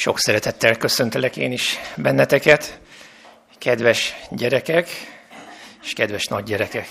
Sok szeretettel köszöntelek én is benneteket, kedves gyerekek és kedves nagygyerekek.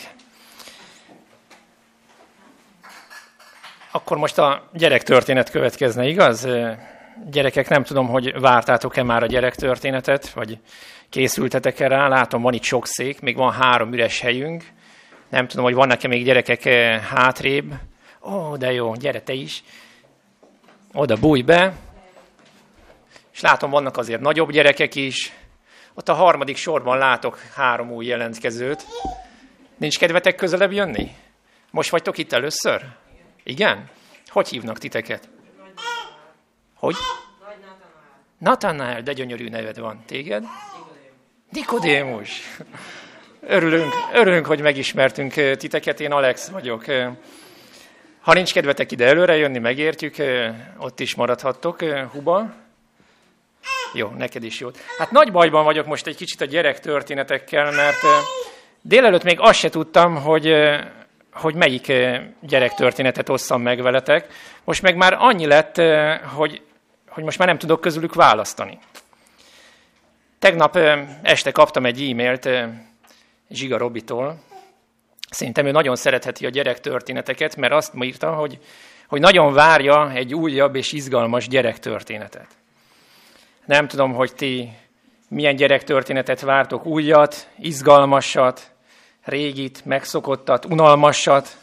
Akkor most a gyerektörténet következne, igaz? Gyerekek, nem tudom, hogy vártátok-e már a gyerektörténetet, vagy készültetek-e rá. Látom, van itt sok szék, még van 3 üres helyünk. Nem tudom, hogy vannak-e még gyerekek hátrébb. Ó, de jó, gyere te is. Oda bújj be. És látom, vannak azért nagyobb gyerekek is. Ott a 3. sorban látok 3 új jelentkezőt. Nincs kedvetek közelebb jönni? Most vagytok itt először? Igen? Hogy hívnak titeket? Hogy? Natanael, de gyönyörű neved van. Téged? Nikodémus. Örülünk, hogy megismertünk titeket. Én Alex vagyok. Ha nincs kedvetek ide előre jönni, megértjük, ott is maradhattok. Huba? Jó, neked is jót. Hát nagy bajban vagyok most egy kicsit a gyerektörténetekkel, mert délelőtt még azt se tudtam, hogy melyik gyerektörténetet osszam meg veletek. Most meg már annyi lett, hogy most már nem tudok közülük választani. Tegnap este kaptam egy e-mailt Zsiga Robitól. Szerintem ő nagyon szeretheti a gyerektörténeteket, mert azt írta, hogy nagyon várja egy újabb és izgalmas gyerektörténetet. Nem tudom, hogy ti milyen gyerektörténetet vártok, újat, izgalmasat, régit, megszokottat, unalmasat.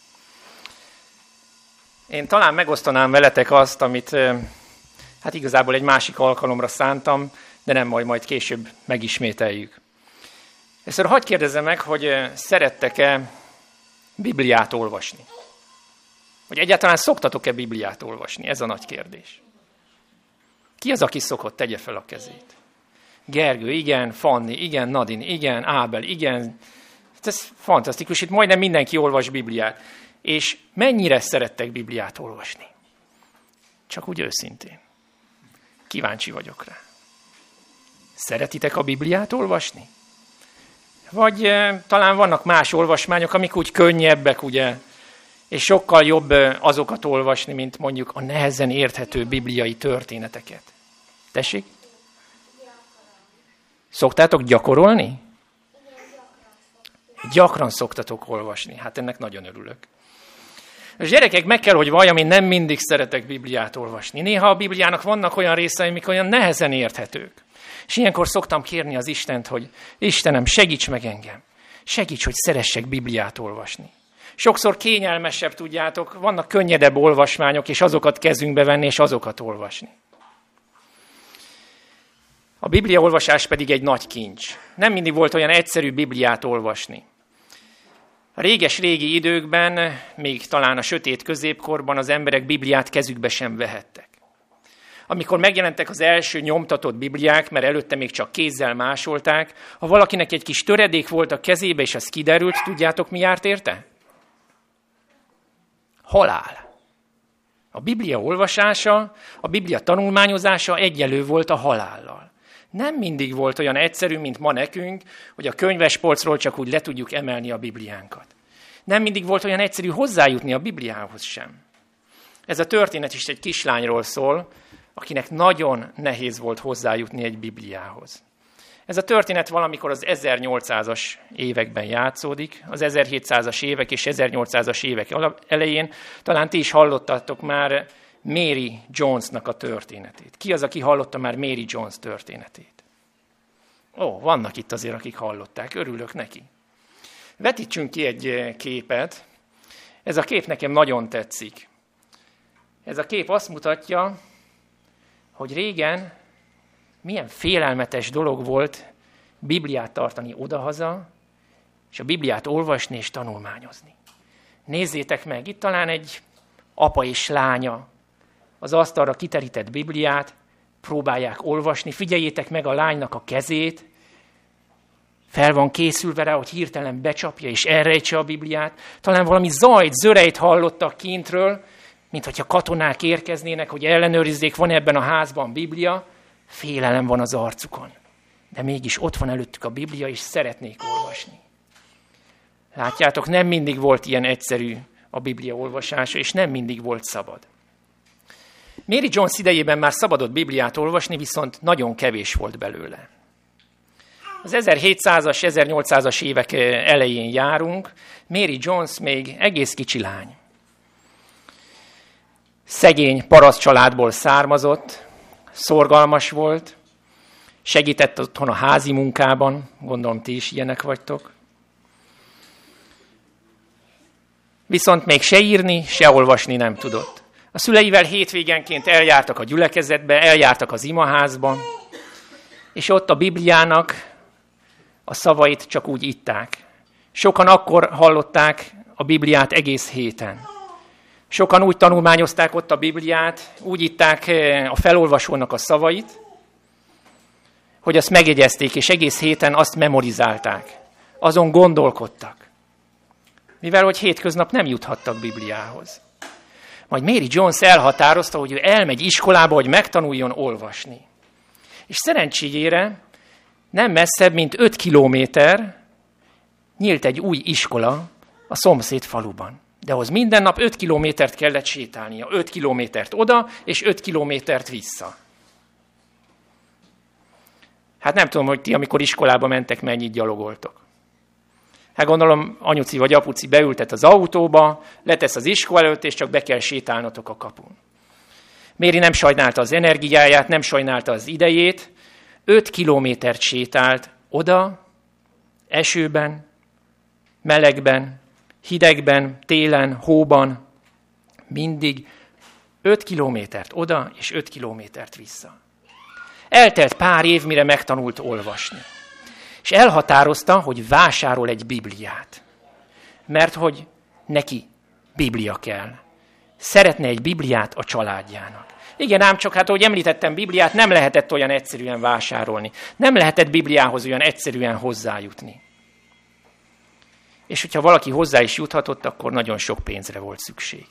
Én talán megosztanám veletek azt, amit hát igazából egy másik alkalomra szántam, de nem, majd később megismételjük. Először hadd kérdezzem meg, hogy szerettek-e Bibliát olvasni? Vagy egyáltalán szoktatok-e Bibliát olvasni? Ez a nagy kérdés. Ki az, aki szokott? Tegye fel a kezét. Gergő, igen, Fanni, igen, Nadin, igen, Ábel, igen. Ez fantasztikus, itt majdnem mindenki olvas Bibliát. És mennyire szerettek Bibliát olvasni? Csak úgy őszintén. Kíváncsi vagyok rá. Szeretitek a Bibliát olvasni? Vagy talán vannak más olvasmányok, amik úgy könnyebbek, ugye? És sokkal jobb azokat olvasni, mint mondjuk a nehezen érthető bibliai történeteket. Tessék? Szoktátok gyakorolni? Gyakran szoktatok olvasni. Hát ennek nagyon örülök. A gyerekek, meg kell, hogy valljam, én nem mindig szeretek Bibliát olvasni. Néha a Bibliának vannak olyan részei, amik olyan nehezen érthetők. És ilyenkor szoktam kérni az Istent, hogy Istenem, segíts meg engem. Segíts, hogy szeressek Bibliát olvasni. Sokszor kényelmesebb, tudjátok, vannak könnyedebb olvasmányok, és azokat kezünkbe venni, és azokat olvasni. A bibliaolvasás pedig egy nagy kincs. Nem mindig volt olyan egyszerű Bibliát olvasni. A réges-régi időkben, még talán a sötét középkorban az emberek Bibliát kezükbe sem vehettek. Amikor megjelentek az első nyomtatott Bibliák, mert előtte még csak kézzel másolták, ha valakinek egy kis töredék volt a kezébe, és az kiderült, tudjátok, mi járt érte? Halál. A Biblia olvasása, a Biblia tanulmányozása egyenlő volt a halállal. Nem mindig volt olyan egyszerű, mint ma nekünk, hogy a könyvespolcról csak úgy le tudjuk emelni a Bibliánkat. Nem mindig volt olyan egyszerű hozzájutni a Bibliához sem. Ez a történet is egy kislányról szól, akinek nagyon nehéz volt hozzájutni egy Bibliához. Ez a történet valamikor az 1800-as években játszódik, az 1700-as évek és 1800-as évek elején. Talán ti is hallottatok már Mary Jonesnak a történetét. Ki az, aki hallotta már Mary Jones történetét? Ó, vannak itt azért, akik hallották, örülök neki. Vetítsünk ki egy képet. Ez a kép nekem nagyon tetszik. Ez a kép azt mutatja, hogy régen milyen félelmetes dolog volt Bibliát tartani odahaza, és a Bibliát olvasni és tanulmányozni. Nézzétek meg, itt talán egy apa és lánya az asztalra kiterített Bibliát, próbálják olvasni, figyeljétek meg a lánynak a kezét, fel van készülve rá, hogy hirtelen becsapja és elrejtse a Bibliát. Talán valami zajt, zörejt hallottak kintről, mint hogyha katonák érkeznének, hogy ellenőrizzék, van ebben a házban Biblia. Félelem van az arcukon. De mégis ott van előttük a Biblia, és szeretnék olvasni. Látjátok, nem mindig volt ilyen egyszerű a Biblia olvasása, és nem mindig volt szabad. Mary Jones idejében már szabadott Bibliát olvasni, viszont nagyon kevés volt belőle. Az 1700-as, 1800-as évek elején járunk, Mary Jones még egész kicsi lány. Szegény paraszt családból származott, szorgalmas volt, segített otthon a házi munkában, gondolom ti is ilyenek vagytok. Viszont még se írni, se olvasni nem tudott. A szüleivel hétvégenként eljártak a gyülekezetbe, eljártak az imaházba, és ott a Bibliának a szavait csak úgy itták. Sokan akkor hallották a Bibliát egész héten. Sokan úgy tanulmányozták ott a Bibliát, úgy itták a felolvasónak a szavait, hogy azt megjegyezték, és egész héten azt memorizálták. Azon gondolkodtak. Mivel, hogy hétköznap nem juthattak Bibliához. Majd Mary Jones elhatározta, hogy ő elmegy iskolába, hogy megtanuljon olvasni. És szerencsére nem messzebb, mint 5 kilométer nyílt egy új iskola a szomszéd faluban. De ahhoz minden nap 5 kilométert kellett sétálnia. 5 kilométert oda, és 5 kilométert vissza. Hát nem tudom, hogy ti, amikor iskolába mentek, mennyit gyalogoltok. Hát gondolom, anyuci vagy apuci beültet az autóba, letesz az iskola előtt, és csak be kell sétálnotok a kapun. Méri nem sajnálta az energiáját, nem sajnálta az idejét, 5 kilométert sétált oda, esőben, melegben, hidegben, télen, hóban, mindig 5 kilométert oda, és 5 kilométert vissza. Eltelt pár év, mire megtanult olvasni. És elhatározta, hogy vásárol egy Bibliát. Mert hogy neki Biblia kell. Szeretne egy Bibliát a családjának. Igen, ám csak, hát ahogy említettem, Bibliát nem lehetett olyan egyszerűen vásárolni. Nem lehetett Bibliához olyan egyszerűen hozzájutni. És hogyha valaki hozzá is juthatott, akkor nagyon sok pénzre volt szükség.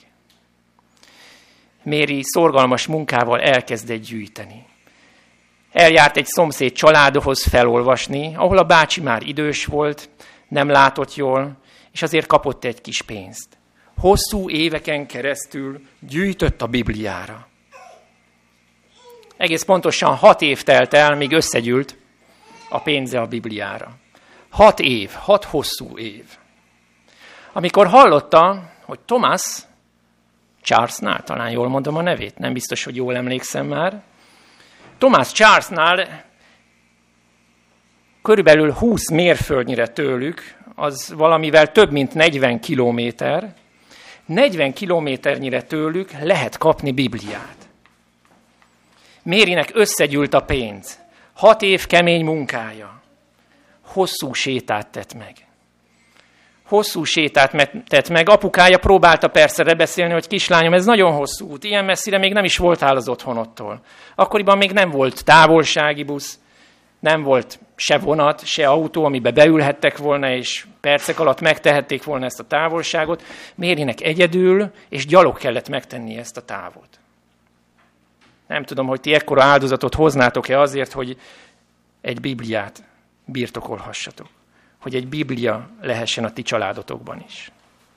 Méri szorgalmas munkával elkezdett gyűjteni. Eljárt egy szomszéd családhoz felolvasni, ahol a bácsi már idős volt, nem látott jól, és azért kapott egy kis pénzt. Hosszú éveken keresztül gyűjtött a Bibliára. Egész pontosan 6 év telt el, míg összegyűlt a pénze a Bibliára. 6 év, 6 hosszú év. Amikor hallotta, hogy Thomas Charlesnál, talán jól mondom a nevét, nem biztos, hogy jól emlékszem már, Thomas Charlesnál körülbelül 20 mérföldnyire tőlük, az valamivel több mint 40 kilométer, 40 kilométernyire tőlük lehet kapni Bibliát. Mérinek összegyűlt a pénz, 6 év kemény munkája, hosszú sétát tett meg. Hosszú sétát tett meg, apukája próbálta persze rebeszélni, hogy kislányom, ez nagyon hosszú út, ilyen messzire még nem is voltál az otthonottól. Akkoriban még nem volt távolsági busz, nem volt se vonat, se autó, amiben beülhettek volna, és percek alatt megtehették volna ezt a távolságot. Mérinek egyedül, és gyalog kellett megtenni ezt a távot. Nem tudom, hogy ti ekkora áldozatot hoznátok-e azért, hogy egy Bibliát birtokolhassatok. Hogy egy Biblia lehessen a ti családotokban is.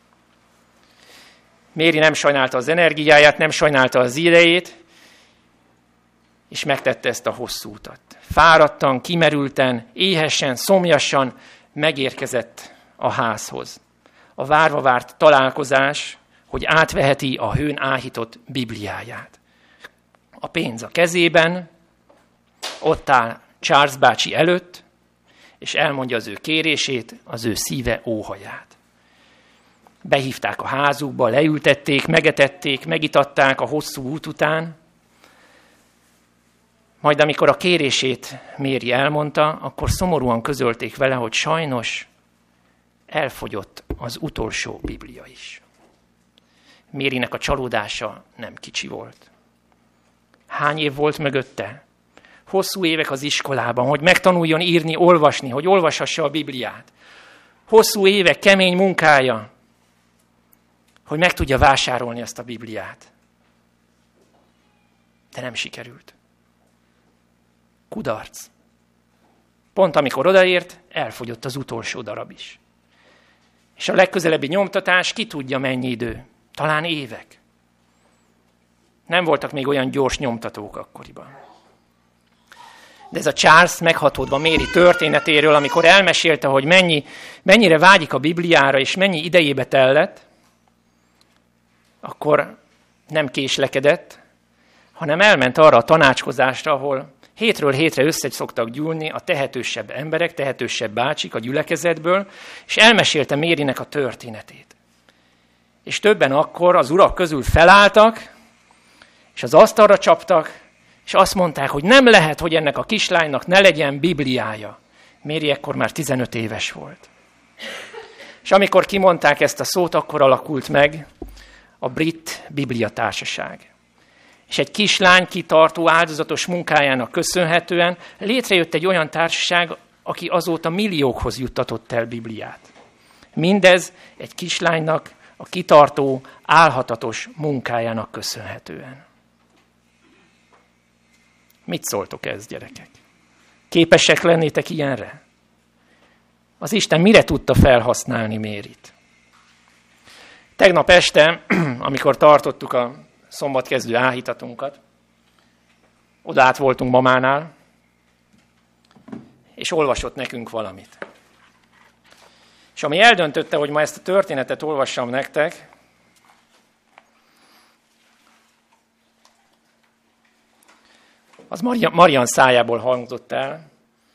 Méri nem sajnálta az energiáját, nem sajnálta az idejét, és megtette ezt a hosszú utat. Fáradtan, kimerülten, éhesen, szomjasan megérkezett a házhoz. A várva várt találkozás, hogy átveheti a hőn áhított Bibliáját. A pénz a kezében, ott áll Charles bácsi előtt, és elmondja az ő kérését, az ő szíve óhaját. Behívták a házukba, leültették, megetették, megitatták a hosszú út után. Majd amikor a kérését Méri elmondta, akkor szomorúan közölték vele, hogy sajnos elfogyott az utolsó Biblia is. Mérinek a csalódása nem kicsi volt. Hány év volt mögötte? Hosszú évek az iskolában, hogy megtanuljon írni, olvasni, hogy olvashassa a Bibliát. Hosszú évek kemény munkája, hogy meg tudja vásárolni ezt a Bibliát. De nem sikerült. Kudarc. Pont amikor odaért, elfogyott az utolsó darab is. És a legközelebbi nyomtatás ki tudja mennyi idő. Talán évek. Nem voltak még olyan gyors nyomtatók akkoriban. De ez a Charles meghatódva Mary történetéről, amikor elmesélte, hogy mennyire vágyik a Bibliára, és mennyi idejébe tellett, akkor nem késlekedett, hanem elment arra a tanácskozásra, ahol hétről hétre össze szoktak gyűlni a tehetősebb emberek, tehetősebb bácsik a gyülekezetből, és elmesélte Marynek a történetét. És többen akkor az urak közül felálltak, és az asztalra csaptak, és azt mondták, hogy nem lehet, hogy ennek a kislánynak ne legyen Bibliája. Mary ekkor már 15 éves volt. És amikor kimondták ezt a szót, akkor alakult meg a Brit Bibliatársaság. És egy kislány kitartó, áldozatos munkájának köszönhetően létrejött egy olyan társaság, aki azóta milliókhoz juttatott el Bibliát. Mindez egy kislánynak a kitartó, álhatatos munkájának köszönhetően. Mit szóltok ez, gyerekek? Képesek lennétek ilyenre? Az Isten mire tudta felhasználni Mérit? Tegnap este, amikor tartottuk a szombatkezdő áhítatunkat, oda át voltunk mamánál, és olvasott nekünk valamit. És ami eldöntötte, hogy ma ezt a történetet olvassam nektek, az Marian szájából hangzott el.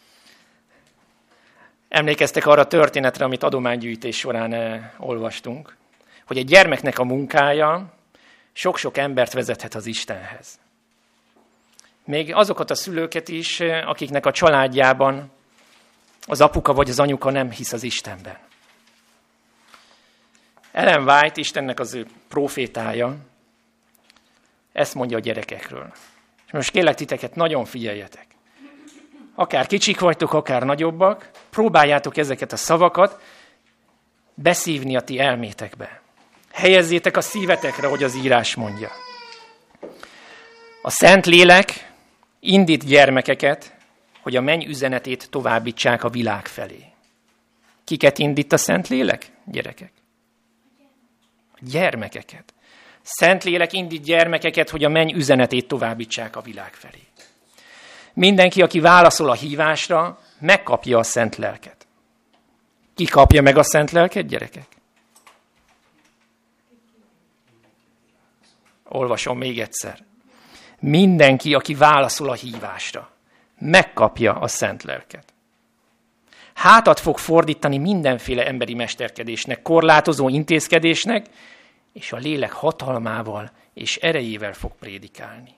Emlékeztek arra a történetre, amit adománygyűjtés során olvastunk, hogy egy gyermeknek a munkája sok-sok embert vezethet az Istenhez. Még azokat a szülőket is, akiknek a családjában az apuka vagy az anyuka nem hisz az Istenben. Ellen White, Istennek az ő prófétája, ezt mondja a gyerekekről. És most kérlek titeket, nagyon figyeljetek. Akár kicsik vagytok, akár nagyobbak, próbáljátok ezeket a szavakat beszívni a ti elmétekbe. Helyezzétek a szívetekre, hogy az írás mondja. A Szentlélek indít gyermekeket, hogy a menny üzenetét továbbítsák a világ felé. Kiket indít a Szentlélek, gyerekek? A gyermekeket. Szentlélek indít gyermekeket, hogy a menny üzenetét továbbítsák a világ felé. Mindenki, aki válaszol a hívásra, megkapja a Szent Lelket. Ki kapja meg a Szent Lelket, gyerekek? Olvasom még egyszer. Mindenki, aki válaszol a hívásra, megkapja a Szent Lelket. Hátat fog fordítani mindenféle emberi mesterkedésnek, korlátozó intézkedésnek, és a lélek hatalmával és erejével fog prédikálni.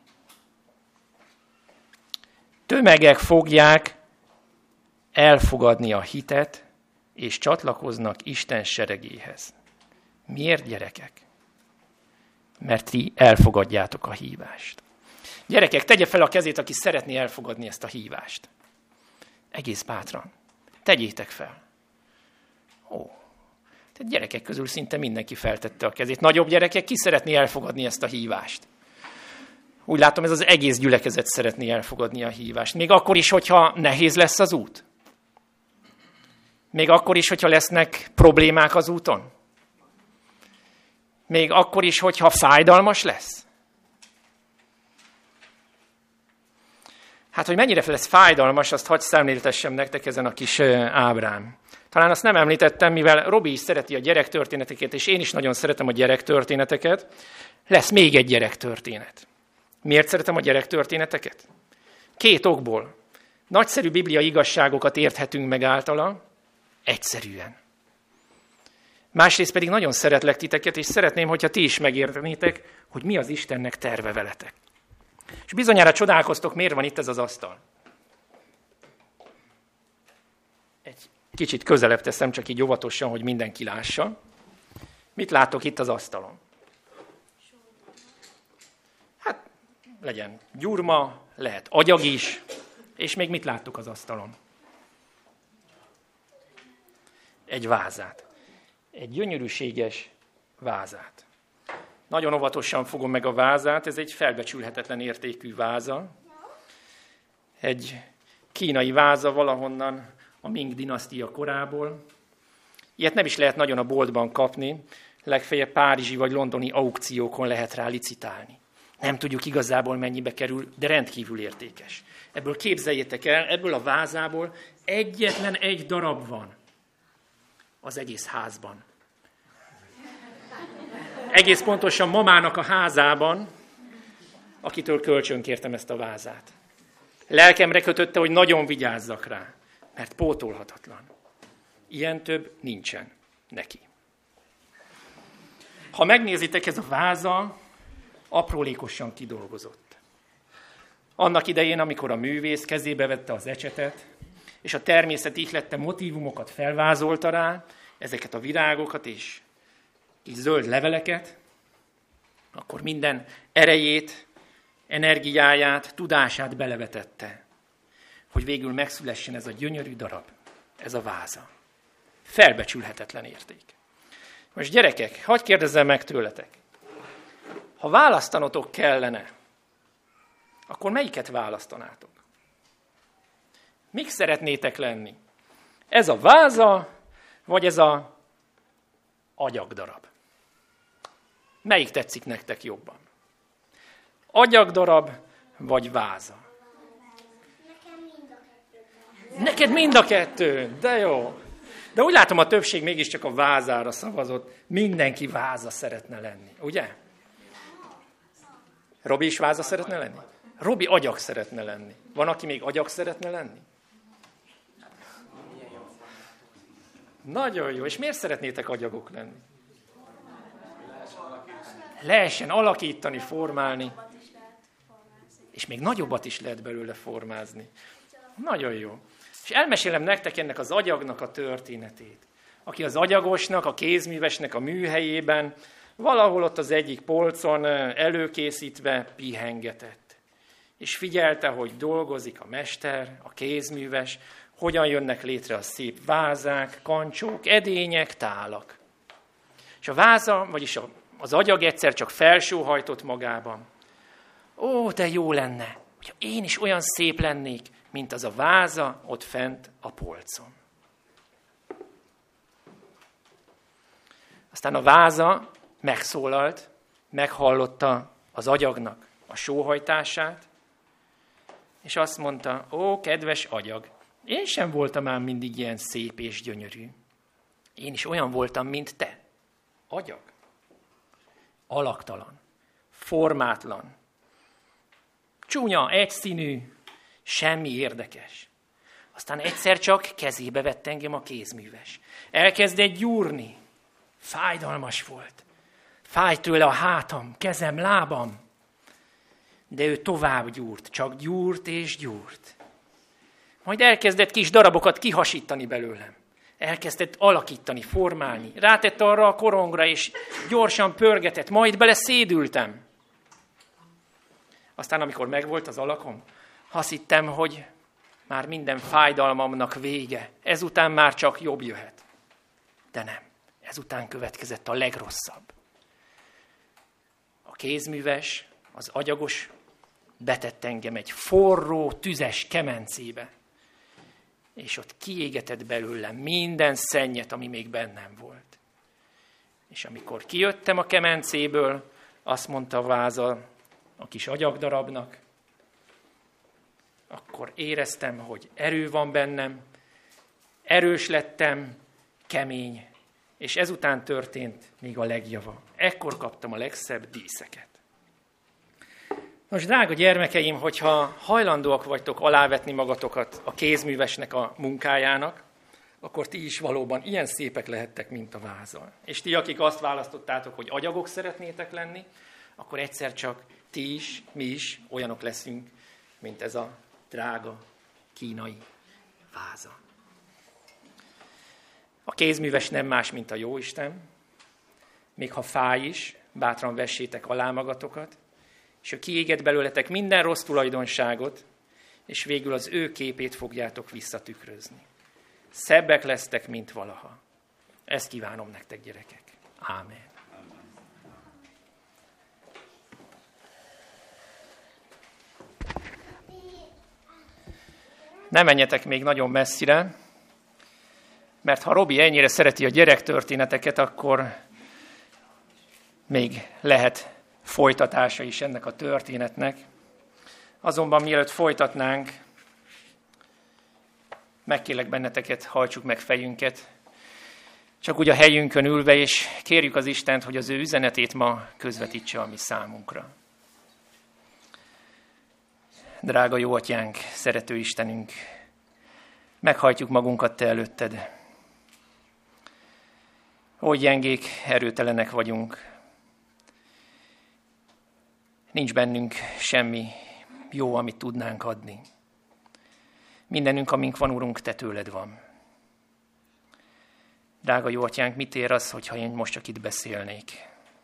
Tömegek fogják elfogadni a hitet, és csatlakoznak Isten seregéhez. Miért, gyerekek? Mert ti elfogadjátok a hívást. Gyerekek, tegye fel a kezét, aki szeretné elfogadni ezt a hívást. Egész bátran. Tegyétek fel. Tehát gyerekek közül szinte mindenki feltette a kezét. Nagyobb gyerekek, ki szeretné elfogadni ezt a hívást? Úgy látom, ez az egész gyülekezet szeretné elfogadni a hívást. Még akkor is, hogyha nehéz lesz az út? Még akkor is, hogyha lesznek problémák az úton? Még akkor is, hogyha fájdalmas lesz? Hát, hogy mennyire lesz fájdalmas, azt hadd szemléltessem nektek ezen a kis ábrán. Talán azt nem említettem, mivel Robi is szereti a gyerektörténeteket, és én is nagyon szeretem a gyerektörténeteket, lesz még egy gyerektörténet. Miért szeretem a gyerektörténeteket? 2 okból. Nagyszerű bibliai igazságokat érthetünk meg általa, egyszerűen. Másrészt pedig nagyon szeretlek titeket, és szeretném, hogyha ti is megértenétek, hogy mi az Istennek terve veletek. És bizonyára csodálkoztok, miért van itt ez az asztal. Egy kicsit közelebb teszem, csak így óvatosan, hogy mindenki lássa. Mit látok itt az asztalon? Hát legyen gyurma, lehet agyag is, és még mit láttuk az asztalon? Egy vázát. Egy gyönyörűséges vázát. Nagyon óvatosan fogom meg a vázát, ez egy felbecsülhetetlen értékű váza. Egy kínai váza valahonnan a Ming dinasztia korából. Ilyet nem is lehet nagyon a boltban kapni, legfeljebb párizsi vagy londoni aukciókon lehet rá licitálni. Nem tudjuk igazából mennyibe kerül, de rendkívül értékes. Ebből képzeljétek el, ebből a vázából egyetlen egy darab van az egész házban. Egész pontosan mamának a házában, akitől kölcsönkértem ezt a vázát. Lelkemre kötötte, hogy nagyon vigyázzak rá, mert pótolhatatlan. Ilyen több nincsen neki. Ha megnézitek, ez a váza aprólékosan kidolgozott. Annak idején, amikor a művész kezébe vette az ecsetet, és a természet ihlette motívumokat felvázolta rá, ezeket a virágokat és kis zöld leveleket, akkor minden erejét, energiáját, tudását belevetette, hogy végül megszülessen ez a gyönyörű darab, ez a váza. Felbecsülhetetlen érték. Most gyerekek, hadd kérdezzem meg tőletek. Ha választanotok kellene, akkor melyiket választanátok? Mik szeretnétek lenni? Ez a váza, vagy ez a agyagdarab? Melyik tetszik nektek jobban? Agyagdarab, vagy váza? Neked mind a kettő, de jó. De úgy látom, a többség mégiscsak a vázára szavazott. Mindenki váza szeretne lenni, ugye? Robi is váza szeretne lenni? Robi agyag szeretne lenni. Van, aki még agyag szeretne lenni? Nagyon jó. És miért szeretnétek agyagok lenni? Lehessen alakítani, formálni. És még nagyobbat is lehet belőle formázni. Nagyon jó. És elmesélem nektek ennek az agyagnak a történetét. Aki az agyagosnak, a kézművesnek a műhelyében, valahol ott az egyik polcon előkészítve pihengetett. És figyelte, hogy dolgozik a mester, a kézműves, hogyan jönnek létre a szép vázák, kancsók, edények, tálak. És a váza, vagyis az agyag egyszer csak felsóhajtott magában. Ó, de jó lenne, hogyha én is olyan szép lennék, mint az a váza ott fent a polcon. Aztán a váza megszólalt, meghallotta az agyagnak a sóhajtását, és azt mondta, ó, kedves agyag, én sem voltam ám mindig ilyen szép és gyönyörű. Én is olyan voltam, mint te. Agyag. Alaktalan, formátlan, csúnya, egyszínű, semmi érdekes. Aztán egyszer csak kezébe vett engem a kézműves. Elkezdett gyúrni. Fájdalmas volt. Fájt tőle a hátam, kezem, lábam. De ő tovább gyúrt, csak gyúrt és gyúrt. Majd elkezdett kis darabokat kihasítani belőlem. Elkezdett alakítani, formálni. Rátett arra a korongra, és gyorsan pörgetett, majd bele szédültem. Aztán, amikor megvolt az alakom, azt hittem, hogy már minden fájdalmamnak vége. Ezután már csak jobb jöhet. De nem. Ezután következett a legrosszabb. A kézműves, az agyagos betett engem egy forró, tüzes kemencébe. És ott kiégetett belőlem minden szennyet, ami még bennem volt. És amikor kijöttem a kemencéből, azt mondta a váza a kis agyagdarabnak, akkor éreztem, hogy erő van bennem, erős lettem, kemény, és ezután történt még a legjava. Ekkor kaptam a legszebb díszeket. Most, drága gyermekeim, hogyha hajlandóak vagytok alávetni magatokat a kézművesnek a munkájának, akkor ti is valóban ilyen szépek lehettek, mint a váza. És ti, akik azt választottátok, hogy agyagok szeretnétek lenni, akkor egyszer csak ti is, mi is olyanok leszünk, mint ez a drága kínai váza. A kézműves nem más, mint a Jóisten, még ha fáj is, bátran vessétek alá magatokat, és ő kiéget belőletek minden rossz tulajdonságot, és végül az ő képét fogjátok visszatükrözni. Szebbek lesztek, mint valaha. Ezt kívánom nektek, gyerekek. Ámen. Ne menjetek még nagyon messzire, mert ha Robi ennyire szereti a gyerektörténeteket, akkor még lehet folytatása is ennek a történetnek. Azonban mielőtt folytatnánk, megkérlek benneteket, hajtsuk meg fejünket, csak úgy a helyünkön ülve, és kérjük az Istent, hogy az ő üzenetét ma közvetítse a mi számunkra. Drága jó atyánk, szerető Istenünk, meghajtjuk magunkat te előtted. Oly gyengék, erőtelenek vagyunk. Nincs bennünk semmi jó, amit tudnánk adni. Mindenünk, amink van, Urunk, te tőled van. Drága jó atyánk, mit ér az, hogyha én most csak itt beszélnék?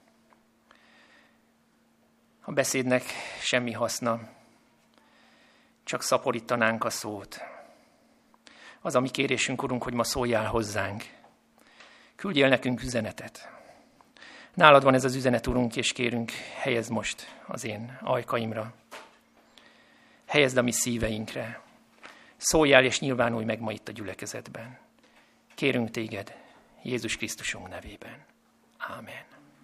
A beszédnek semmi haszna, csak szaporítanánk a szót. Az a mi kérésünk, Urunk, hogy ma szóljál hozzánk. Küldjél nekünk üzenetet. Nálad van ez az üzenet, Urunk, és kérünk, helyezd most az én ajkaimra. Helyezd a mi szíveinkre. Szóljál és nyilvánulj meg ma itt a gyülekezetben. Kérünk téged, Jézus Krisztusunk nevében. Ámen.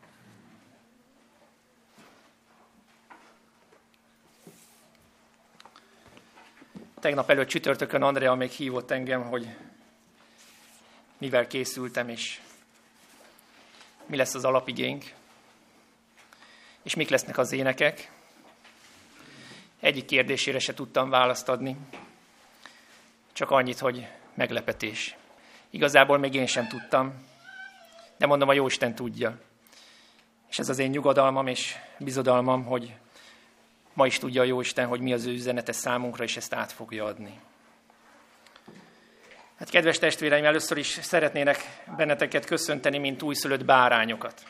Tegnap előtt csütörtökön Andrea még hívott engem, hogy mivel készültem, és mi lesz az alapigénk, és mik lesznek az énekek. Egyik kérdésére se tudtam választ adni, csak annyit, hogy meglepetés. Igazából még én sem tudtam, de mondom, a Jóisten tudja. És ez az én nyugodalmam és bizodalmam, hogy ma is tudja a Jóisten, hogy mi az ő üzenete számunkra, és ezt át fogja adni. Hát kedves testvéreim, először is szeretnének benneteket köszönteni, mint újszülött bárányokat.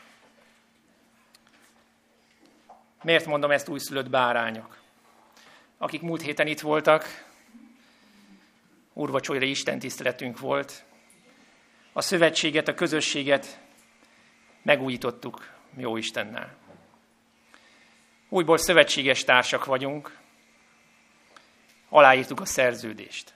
Miért mondom ezt újszülött bárányok? Akik múlt héten itt voltak, úrvacsori istentiszteletünk volt. A szövetséget, a közösséget megújítottuk jó Istennel. Újból szövetséges társak vagyunk, aláírtuk a szerződést.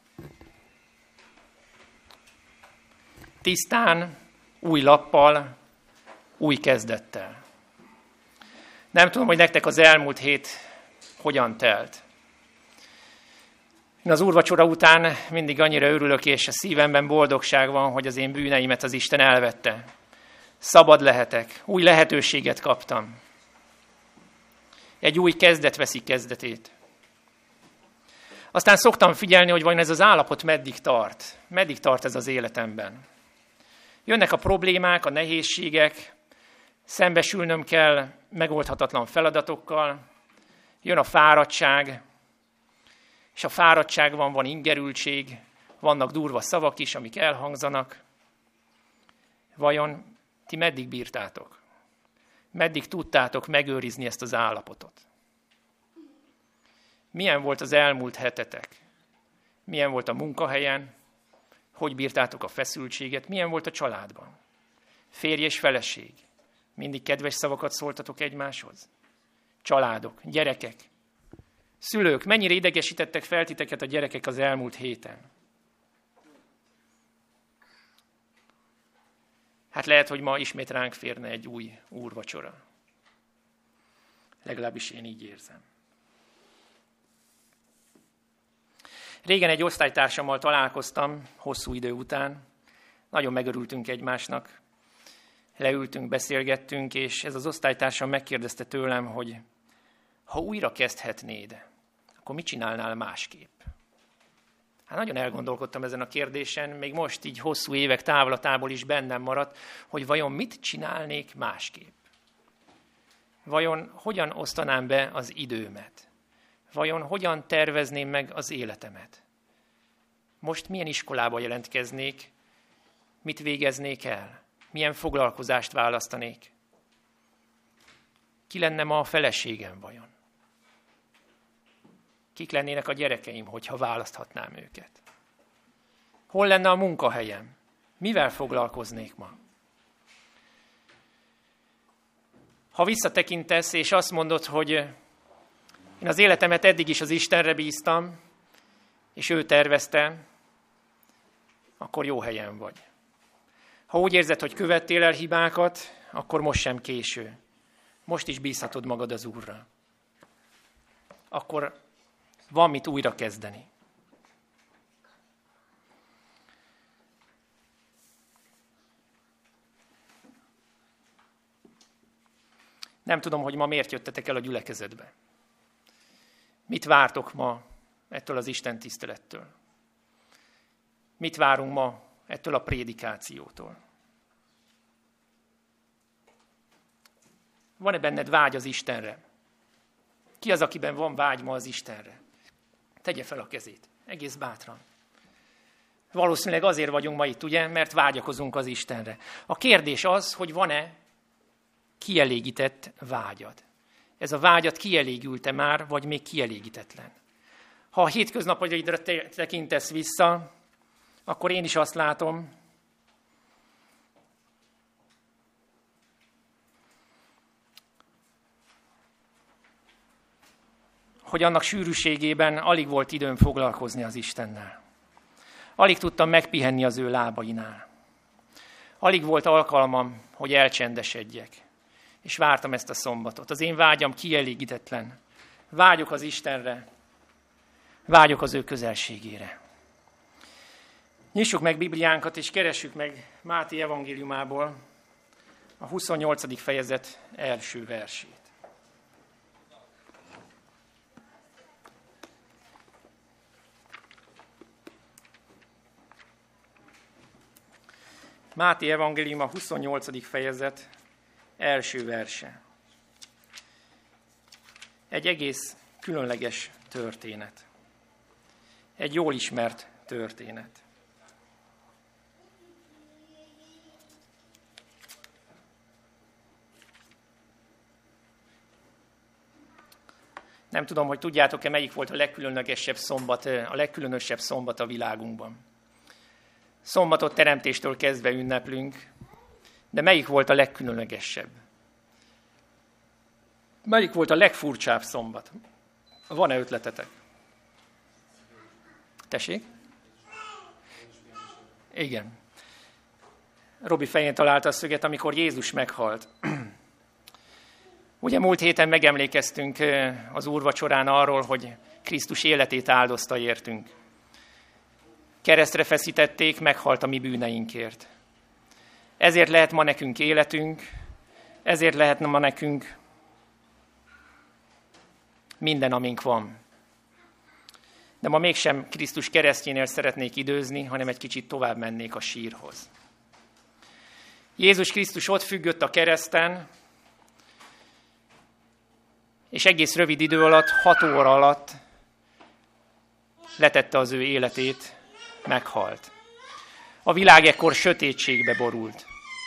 Tisztán, új lappal, új kezdettel. Nem tudom, hogy nektek az elmúlt hét hogyan telt. Én az úrvacsora után mindig annyira örülök, és a szívemben boldogság van, hogy az én bűneimet az Isten elvette. Szabad lehetek, új lehetőséget kaptam. Egy új kezdet veszi kezdetét. Aztán szoktam figyelni, hogy vajon ez az állapot meddig tart. Meddig tart ez az életemben. Jönnek a problémák, a nehézségek, szembesülnöm kell megoldhatatlan feladatokkal, jön a fáradtság, és a fáradtságban van ingerültség, vannak durva szavak is, amik elhangzanak. Vajon ti meddig bírtátok? Meddig tudtátok megőrizni ezt az állapotot? Milyen volt az elmúlt hetetek? Milyen volt a munkahelyen? Hogy bírtátok a feszültséget? Milyen volt a családban? Férj és feleség. Mindig kedves szavakat szóltatok egymáshoz? Családok, gyerekek, szülők, mennyire idegesítettek fel titeket a gyerekek az elmúlt héten? Hát lehet, hogy ma ismét ránk férne egy új úrvacsora. Legalábbis én így érzem. Régen egy osztálytársammal találkoztam, hosszú idő után. Nagyon megörültünk egymásnak. Leültünk, beszélgettünk, és ez az osztálytársam megkérdezte tőlem, hogy ha újra kezdhetnéd, akkor mit csinálnál másképp? Hát nagyon elgondolkodtam ezen a kérdésen, még most így hosszú évek távlatából is bennem maradt, hogy vajon mit csinálnék másképp? Vajon hogyan osztanám be az időmet? Vajon hogyan tervezném meg az életemet? Most milyen iskolába jelentkeznék? Mit végeznék el? Milyen foglalkozást választanék? Ki lenne ma a feleségem vajon? Kik lennének a gyerekeim, hogyha választhatnám őket? Hol lenne a munkahelyem? Mivel foglalkoznék ma? Ha visszatekintesz, és azt mondod, hogy én az életemet eddig is az Istenre bíztam, és ő tervezte, akkor jó helyen vagy. Ha úgy érzed, hogy követtél el hibákat, akkor most sem késő. most is bízhatod magad az Úrra. Akkor van mit újra kezdeni. Nem tudom, hogy ma miért jöttetek el a gyülekezetbe. Mit vártok ma ettől az Isten tisztelettől? Mit várunk ma ettől a prédikációtól? Van-e benned vágy az Istenre? Ki az, akiben van vágy ma az Istenre? Tegye fel a kezét, egész bátran. Valószínűleg azért vagyunk ma itt, ugye? Mert vágyakozunk az Istenre. A kérdés az, hogy van-e kielégített vágyad. Ez a vágyad kielégült-e már, vagy még kielégítetlen? Ha a hétköznapaidra tekintesz vissza, akkor én is azt látom, hogy annak sűrűségében alig volt időm foglalkozni az Istennel. Alig tudtam megpihenni az ő lábainál. Alig volt alkalmam, hogy elcsendesedjek. És vártam ezt a szombatot. Az én vágyam kielégítetlen. Vágyok az Istenre. Vágyok az ő közelségére. Nyissuk meg Bibliánkat, és keressük meg Máté evangéliumából a 28. fejezet első versét. Máté evangélium a 28. fejezet első verse. Egy egész különleges történet. Egy jól ismert történet. Nem tudom, hogy tudjátok-e, melyik volt a legkülönösebb szombat a világunkban. Szombatot teremtéstől kezdve ünneplünk, de melyik volt a legkülönlegesebb? Melyik volt a legfurcsább szombat? Van-e ötletetek? Tessék? Igen. Robi fején találta a szöget, amikor Jézus meghalt. Ugye múlt héten megemlékeztünk az úrvacsorán arról, hogy Krisztus életét áldozta értünk. Keresztre feszítették, meghalt a mi bűneinkért. Ezért lehet ma nekünk életünk, ezért lehet ma nekünk minden, amink van. De ma mégsem Krisztus keresztjénél szeretnék időzni, hanem egy kicsit tovább mennék a sírhoz. Jézus Krisztus ott függött a kereszten, és egész rövid idő alatt, 6 óra alatt letette az ő életét, meghalt. A világ ekkor sötétségbe borult.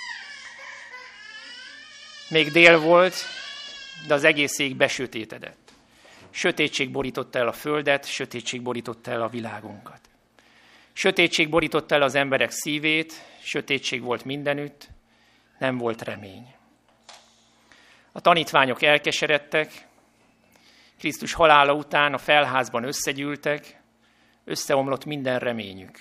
Még dél volt, de az egész ég besötétedett. Sötétség borította el a földet, sötétség borította el a világunkat. Sötétség borította el az emberek szívét, sötétség volt mindenütt, nem volt remény. A tanítványok elkeseredtek, Krisztus halála után a felházban összegyűltek, összeomlott minden reményük.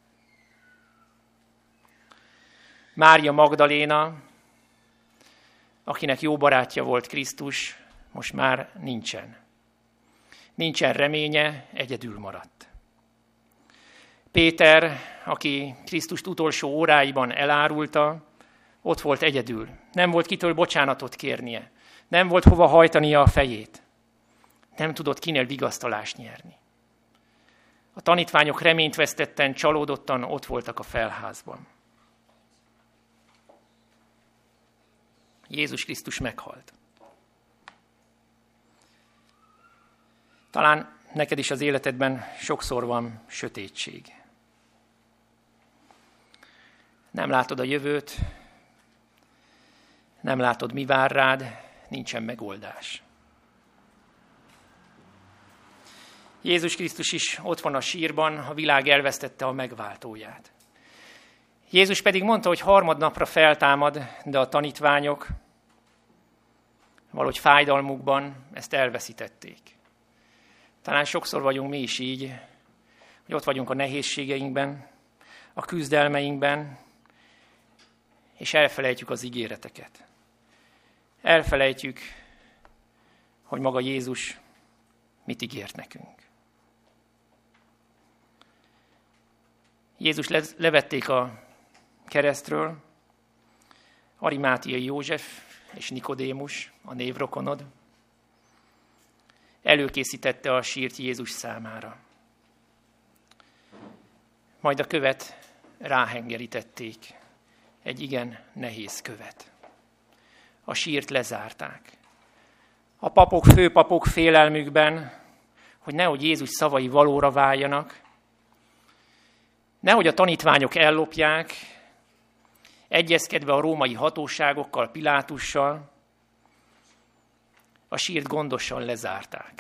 Mária Magdaléna, akinek jó barátja volt Krisztus, most már nincsen. Nincsen reménye, egyedül maradt. Péter, aki Krisztust utolsó óráiban elárulta, ott volt egyedül. Nem volt kitől bocsánatot kérnie. Nem volt hova hajtania a fejét. Nem tudott kinél vigasztalást nyerni. A tanítványok reményt vesztetten, csalódottan ott voltak a felházban. Jézus Krisztus meghalt. Talán neked is az életedben sokszor van sötétség. Nem látod a jövőt, nem látod, mi vár rád, nincsen megoldás. Jézus Krisztus is ott van a sírban, a világ elvesztette a megváltóját. Jézus pedig mondta, hogy harmadnapra feltámad, de a tanítványok valahogy fájdalmukban ezt elveszítették. Talán sokszor vagyunk mi is így, hogy ott vagyunk a nehézségeinkben, a küzdelmeinkben, és elfelejtjük az ígéreteket. elfelejtjük, hogy maga Jézus mit ígért nekünk. Jézus levették a keresztről, Arimátiai József és Nikodémus, a névrokonod, előkészítette a sírt Jézus számára. Majd a követ ráhengerítették, egy igen nehéz követ. A sírt lezárták. A papok, főpapok félelmükben, hogy nehogy Jézus szavai valóra váljanak, nehogy a tanítványok ellopják, egyezkedve a római hatóságokkal, Pilátussal, a sírt gondosan lezárták.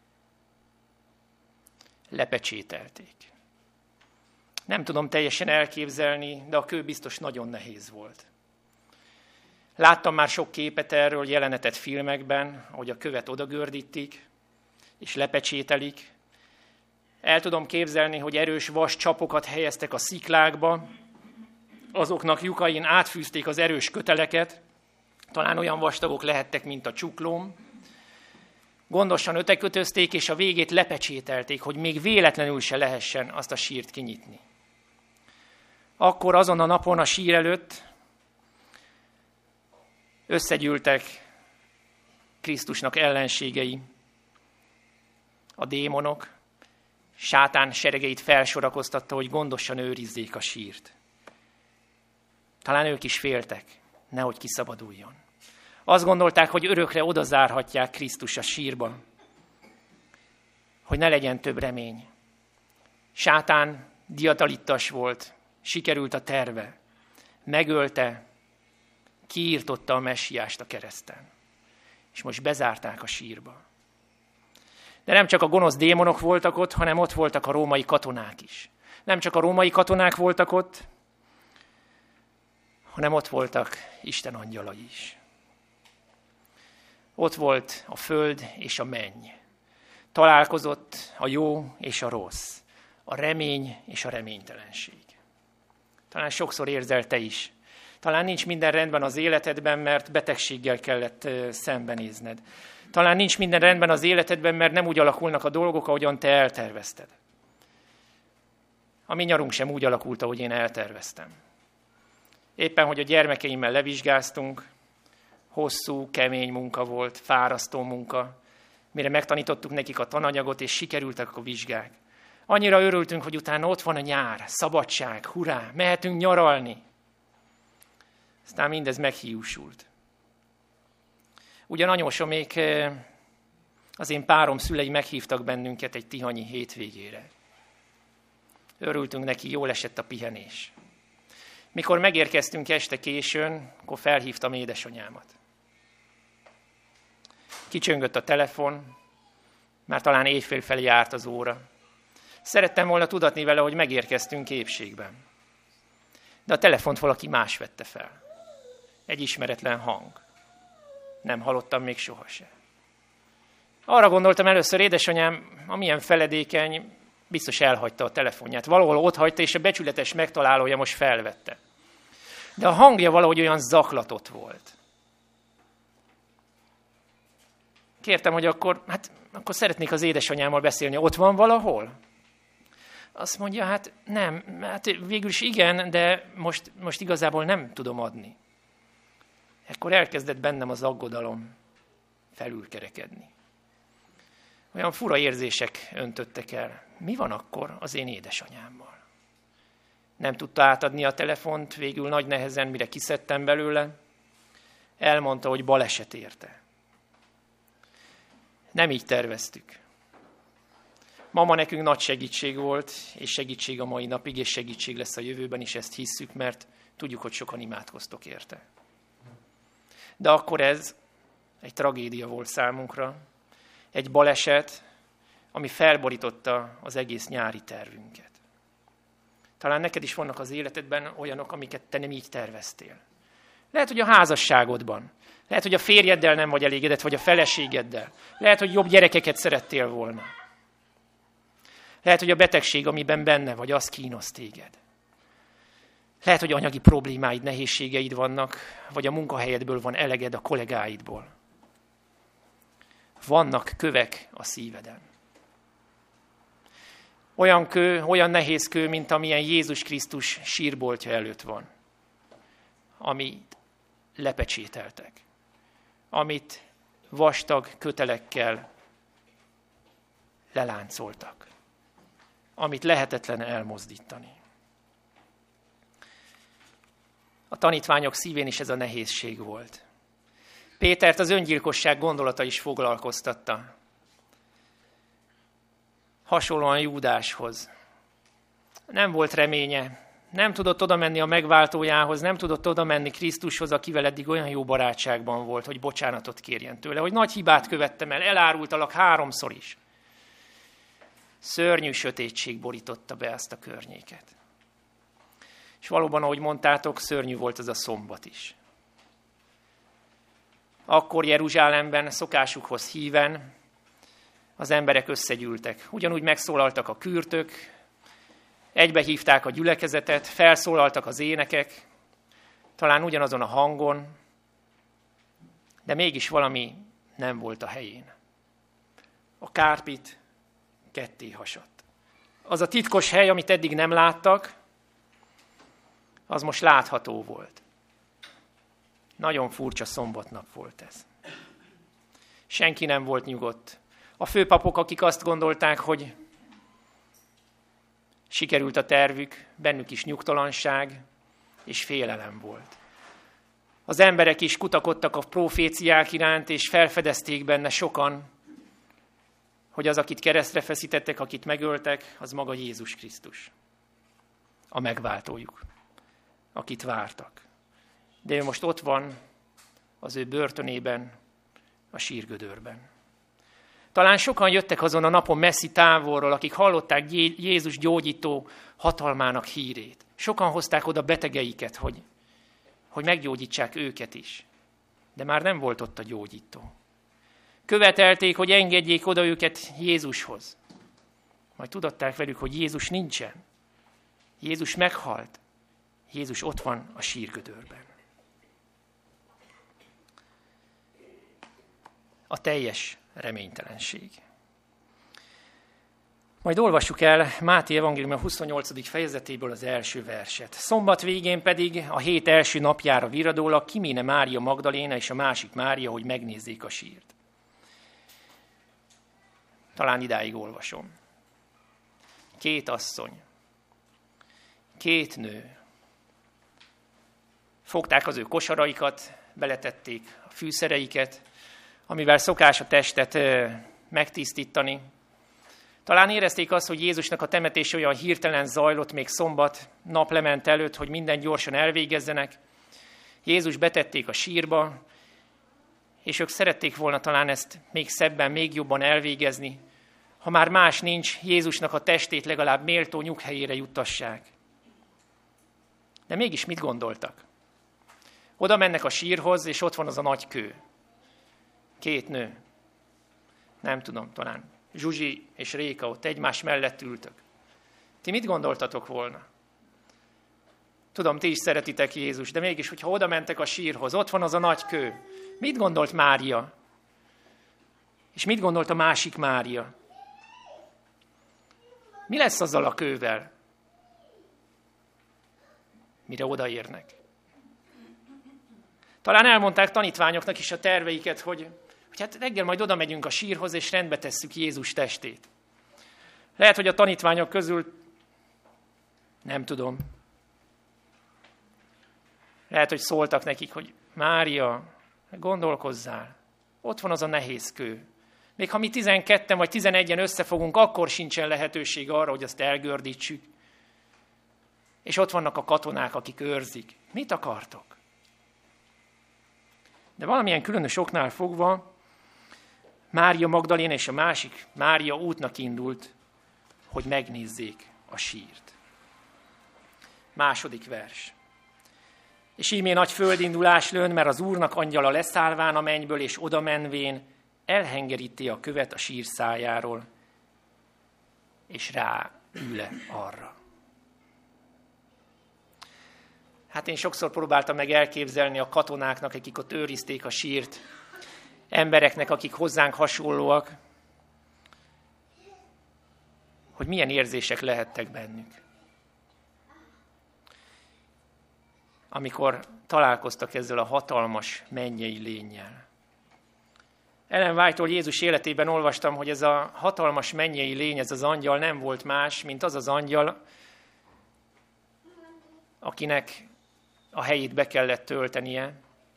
Lepecsételték. Nem tudom teljesen elképzelni, de a kő biztos nagyon nehéz volt. Láttam már sok képet erről, jelenetet filmekben, ahogy a követ odagördítik, és lepecsételik. El tudom képzelni, hogy erős vas csapokat helyeztek a sziklákba, azoknak lyukain átfűzték az erős köteleket, talán olyan vastagok lehettek, mint a csuklóm. Gondosan ötekötözték, és a végét lepecsételték, hogy még véletlenül se lehessen azt a sírt kinyitni. Akkor azon a napon a sír előtt összegyűltek Krisztusnak ellenségei, a démonok, sátán seregeit felsorakoztatta, hogy gondosan őrizzék a sírt. Talán ők is féltek, nehogy kiszabaduljon. Azt gondolták, hogy örökre odazárhatják Krisztus a sírba, hogy ne legyen több remény. Sátán diadalittas volt, sikerült a terve. Megölte, kiirtotta a messiást a kereszten. És most bezárták a sírba. De nem csak a gonosz démonok voltak ott, hanem ott voltak a római katonák is. Nem csak a római katonák voltak ott, hanem ott voltak Isten angyalai is. Ott volt a föld és a menny. Találkozott a jó és a rossz, a remény és a reménytelenség. Talán sokszor érzel te is. Talán nincs minden rendben az életedben, mert betegséggel kellett szembenézned. Talán nincs minden rendben az életedben, mert nem úgy alakulnak a dolgok, ahogyan te eltervezted. A mi nyarunk sem úgy alakult, ahogy én elterveztem. Éppen, hogy a gyermekeimmel levizsgáztunk, hosszú, kemény munka volt, fárasztó munka, mire megtanítottuk nekik a tananyagot, és sikerültek a vizsgák. Annyira örültünk, hogy utána ott van a nyár, szabadság, hurrá, mehetünk nyaralni. Aztán mindez meghiúsult. Ugyan anyósomék, az én párom szülei meghívtak bennünket egy tihanyi hétvégére. Örültünk neki, jól esett a pihenés. Mikor megérkeztünk este későn, akkor felhívtam édesanyámat. Kicsöngött a telefon, már talán éjfél felé járt az óra. Szerettem volna tudatni vele, hogy megérkeztünk épségben. De a telefont valaki más vette fel. Egy ismeretlen hang. Nem hallottam még sohasem. Arra gondoltam először, édesanyám, amilyen feledékeny, biztos elhagyta a telefonját. Valahol ott hagyta, és a becsületes megtalálója most felvette. De a hangja valahogy olyan zaklatott volt. Kértem, hogy akkor szeretnék az édesanyámmal beszélni. Ott van valahol? Azt mondja, hát nem, hát végül is igen, de most igazából nem tudom adni. Ekkor elkezdett bennem az aggodalom felülkerekedni. Olyan fura érzések öntöttek el. Mi van akkor az én édesanyámmal? Nem tudta átadni a telefont, végül nagy nehezen, mire kiszedtem belőle. Elmondta, hogy baleset érte. Nem így terveztük. Mama nekünk nagy segítség volt, és segítség a mai napig, és segítség lesz a jövőben is, ezt hisszük, mert tudjuk, hogy sokan imádkoztok érte. De akkor ez egy tragédia volt számunkra, egy baleset, ami felborította az egész nyári tervünket. Talán neked is vannak az életedben olyanok, amiket te nem így terveztél. Lehet, hogy a házasságodban, lehet, hogy a férjeddel nem vagy elégedett, vagy a feleségeddel. Lehet, hogy jobb gyerekeket szerettél volna. Lehet, hogy a betegség, amiben benne vagy, az kínos téged. Lehet, hogy anyagi problémáid, nehézségeid vannak, vagy a munkahelyedből van eleged a kollégáidból. Vannak kövek a szíveden. Olyan kő, olyan nehéz kő, mint amilyen Jézus Krisztus sírboltja előtt van. Amit lepecsételtek. Amit vastag kötelekkel leláncoltak. Amit lehetetlen elmozdítani. A tanítványok szívén is ez a nehézség volt. Pétert az öngyilkosság gondolata is foglalkoztatta. Hasonlóan Júdáshoz. Nem volt reménye, nem tudott oda menni a megváltójához, nem tudott oda menni Krisztushoz, akivel eddig olyan jó barátságban volt, hogy bocsánatot kérjen tőle, hogy nagy hibát követtem el, elárultalak 3-szor is. Szörnyű sötétség borította be ezt a környéket. És valóban, ahogy mondtátok, szörnyű volt ez a szombat is. Akkor Jeruzsálemben szokásukhoz híven az emberek összegyűltek. Ugyanúgy megszólaltak a kürtök, egybehívták a gyülekezetet, felszólaltak az énekek, talán ugyanazon a hangon, de mégis valami nem volt a helyén. A kárpit ketté hasadt. Az a titkos hely, amit eddig nem láttak, az most látható volt. Nagyon furcsa szombatnap volt ez. Senki nem volt nyugodt. A főpapok, akik azt gondolták, hogy sikerült a tervük, bennük is nyugtalanság és félelem volt. Az emberek is kutakodtak a proféciák iránt, és felfedezték benne sokan, hogy az, akit keresztre feszítettek, akit megöltek, az maga Jézus Krisztus. A megváltójuk, akit vártak. De ő most ott van az ő börtönében, a sírgödörben. Talán sokan jöttek azon a napon messzi távolról, akik hallották Jézus gyógyító hatalmának hírét. Sokan hozták oda betegeiket, hogy meggyógyítsák őket is. De már nem volt ott a gyógyító. Követelték, hogy engedjék oda őket Jézushoz. Majd tudatták velük, hogy Jézus nincsen. Jézus meghalt. Jézus ott van a sírgödörben. A teljes reménytelenség. Majd olvassuk el Máté evangélium 28. fejezetéből az első verset. Szombat végén pedig a hét első napjára viradólag kiméne Mária Magdaléna és a másik Mária, hogy megnézzék a sírt. Talán idáig olvasom. 2 asszony, 2 nő. Fogták az ő kosaraikat, beletették a fűszereiket, amivel szokás a testet megtisztítani. Talán érezték azt, hogy Jézusnak a temetése olyan hirtelen zajlott még szombat naplement előtt, hogy minden gyorsan elvégezzenek. Jézus betették a sírba, és ők szerették volna talán ezt még szebben, még jobban elvégezni. Ha már más nincs, Jézusnak a testét legalább méltó nyughelyére juttassák. De mégis mit gondoltak? Oda mennek a sírhoz, és ott van az a nagy kő. 2 nő. Nem tudom, talán Zsuzsi és Réka ott egymás mellett ültök. Ti mit gondoltatok volna? Tudom, ti is szeretitek Jézus, de mégis, hogyha oda mentek a sírhoz, ott van az a nagy kő. Mit gondolt Mária? És mit gondolt a másik Mária? Mi lesz azzal a kővel? Mire odaérnek? Talán elmondták tanítványoknak is a terveiket, hogy hát reggel majd oda megyünk a sírhoz, és rendbe tesszük Jézus testét. Lehet, hogy a tanítványok közül, nem tudom, lehet, hogy szóltak nekik, hogy Mária, gondolkozzál, ott van az a nehéz kő. Még ha mi 12-en vagy 11-en összefogunk, akkor sincsen lehetőség arra, hogy azt elgördítsük. És ott vannak a katonák, akik őrzik. Mit akartok? De valamilyen különös oknál fogva Mária Magdaléna és a másik Mária útnak indult, hogy megnézzék a sírt. 2. vers. És ímé nagy földindulás lőn, mert az Úrnak angyala leszállván a mennyből, és oda menvén elhengeríti a követ a sír szájáról, és rá ül arra. Hát én sokszor próbáltam meg elképzelni a katonáknak, akik ott őrizték a sírt, embereknek, akik hozzánk hasonlóak, hogy milyen érzések lehettek bennük. Amikor találkoztak ezzel a hatalmas mennyei lénnyel. Ellen White-tól Jézus életében olvastam, hogy ez a hatalmas mennyei lény, ez az angyal nem volt más, mint az az angyal, akinek a helyét be kellett töltenie.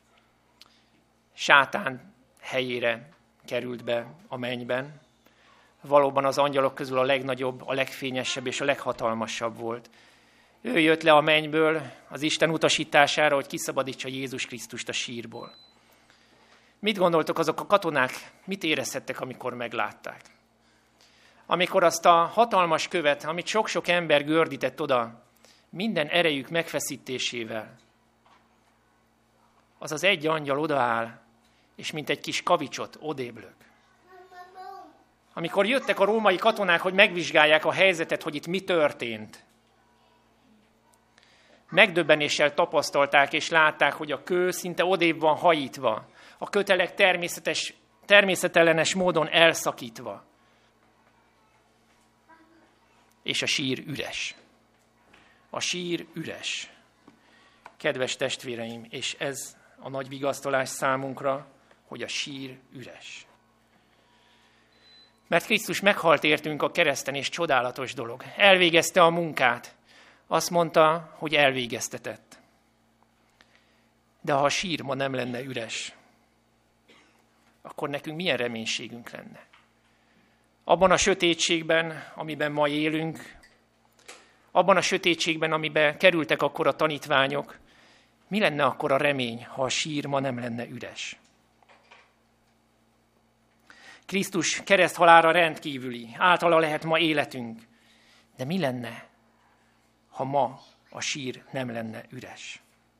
Sátán helyére került be a mennyben. Valóban az angyalok közül a legnagyobb, a legfényesebb és a leghatalmasabb volt. Ő jött le a mennyből az Isten utasítására, hogy kiszabadítsa Jézus Krisztust a sírból. Mit gondoltok azok a katonák, mit érezhettek, amikor meglátták? Amikor azt a hatalmas követ, amit sok-sok ember gördített oda, minden erejük megfeszítésével, az az egy angyal odaáll, és mint egy kis kavicsot odéblök. Amikor jöttek a római katonák, hogy megvizsgálják a helyzetet, hogy itt mi történt, megdöbbenéssel tapasztalták és látták, hogy a kő szinte odébb van hajítva, a kötelek természetellenes módon elszakítva, és a sír üres. A sír üres. Kedves testvéreim, és ez a nagy vigasztalás számunkra, hogy a sír üres. Mert Krisztus meghalt értünk a kereszten, és csodálatos dolog. Elvégezte a munkát. Azt mondta, hogy elvégeztetett. De ha a sír ma nem lenne üres, akkor nekünk milyen reménységünk lenne? Abban a sötétségben, amiben ma élünk, abban a sötétségben, amiben kerültek akkor a tanítványok, mi lenne akkor a remény, ha a sír ma nem lenne üres? Krisztus kereszthalála rendkívüli, általa lehet ma életünk. De mi lenne, ha ma a sír nem lenne üres?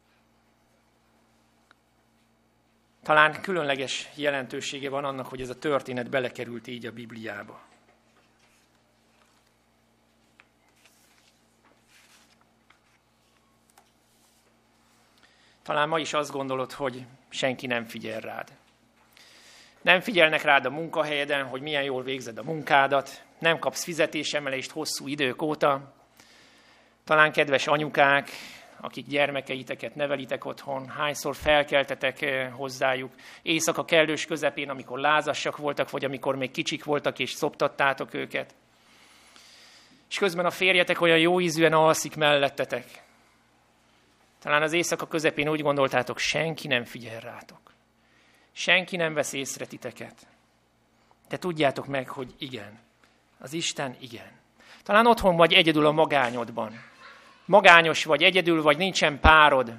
Talán különleges jelentősége van annak, hogy ez a történet belekerült így a Bibliába. Talán ma is azt gondolod, hogy senki nem figyel rád. Nem figyelnek rád a munkahelyeden, hogy milyen jól végzed a munkádat, nem kapsz fizetésemelést hosszú idők óta. Talán kedves anyukák, akik gyermekeiteket nevelitek otthon, hányszor felkeltetek hozzájuk éjszaka kellős közepén, amikor lázassak voltak, vagy amikor még kicsik voltak, és szoptattátok őket. És közben a férjetek olyan jó ízűen alszik mellettetek. Talán az éjszaka közepén úgy gondoltátok, senki nem figyel rátok. Senki nem vesz észre titeket. De tudjátok meg, hogy igen. Az Isten igen. Talán otthon vagy egyedül a magányodban. Magányos vagy, egyedül vagy, nincsen párod.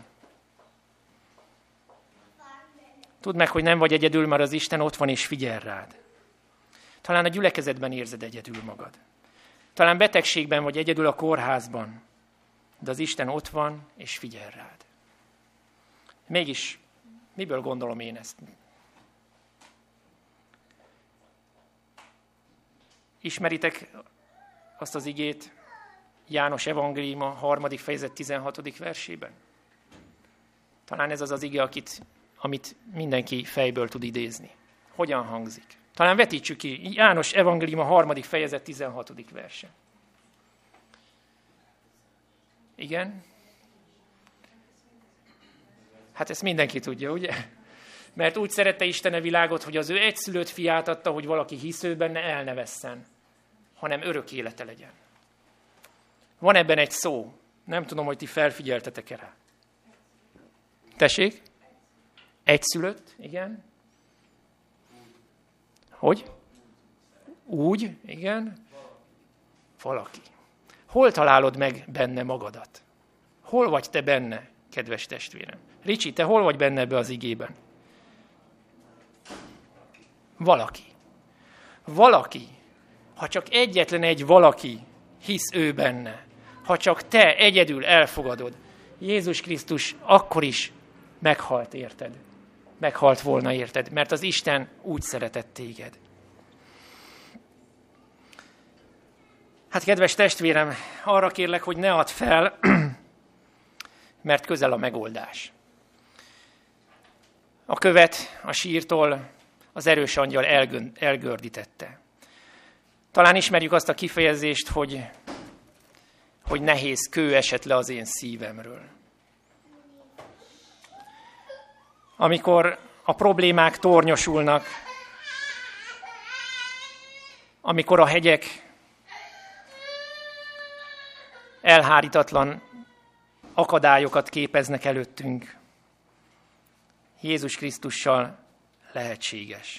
Tudd meg, hogy nem vagy egyedül, mert az Isten ott van és figyel rád. Talán a gyülekezetben érzed egyedül magad. Talán betegségben vagy egyedül a kórházban. De az Isten ott van és figyel rád. Mégis, miből gondolom én ezt? Ismeritek azt az igét János evangéliuma 3. fejezet 16. versében? Talán ez az az ige, amit mindenki fejből tud idézni. Hogyan hangzik? Talán vetítsük ki. János evangéliuma 3. fejezet 16. verse. Igen? Hát ezt mindenki tudja, ugye? Mert úgy szerette Isten a világot, hogy az ő egyszülött fiát adta, hogy valaki hisző benne el ne vesszen, hanem örök élete legyen. Van ebben egy szó. Nem tudom, hogy ti felfigyeltetek-e rá. Tessék? Egyszülött, igen. Hogy? Úgy, igen. Valaki. Hol találod meg benne magadat? Hol vagy te benne, kedves testvérem? Ricsi, te hol vagy benne ebbe az igében? Valaki. Valaki. Ha csak egyetlen egy valaki hisz ő benne, ha csak te egyedül elfogadod, Jézus Krisztus akkor is meghalt érted. Meghalt volna érted, mert az Isten úgy szeretett téged. Hát kedves testvérem, arra kérlek, hogy ne add fel, mert közel a megoldás. A követ a sírtól az erős angyal elgördítette. Talán ismerjük azt a kifejezést, hogy nehéz kő esett le az én szívemről. Amikor a problémák tornyosulnak, amikor a hegyek elhárítatlan akadályokat képeznek előttünk, Jézus Krisztussal lehetséges.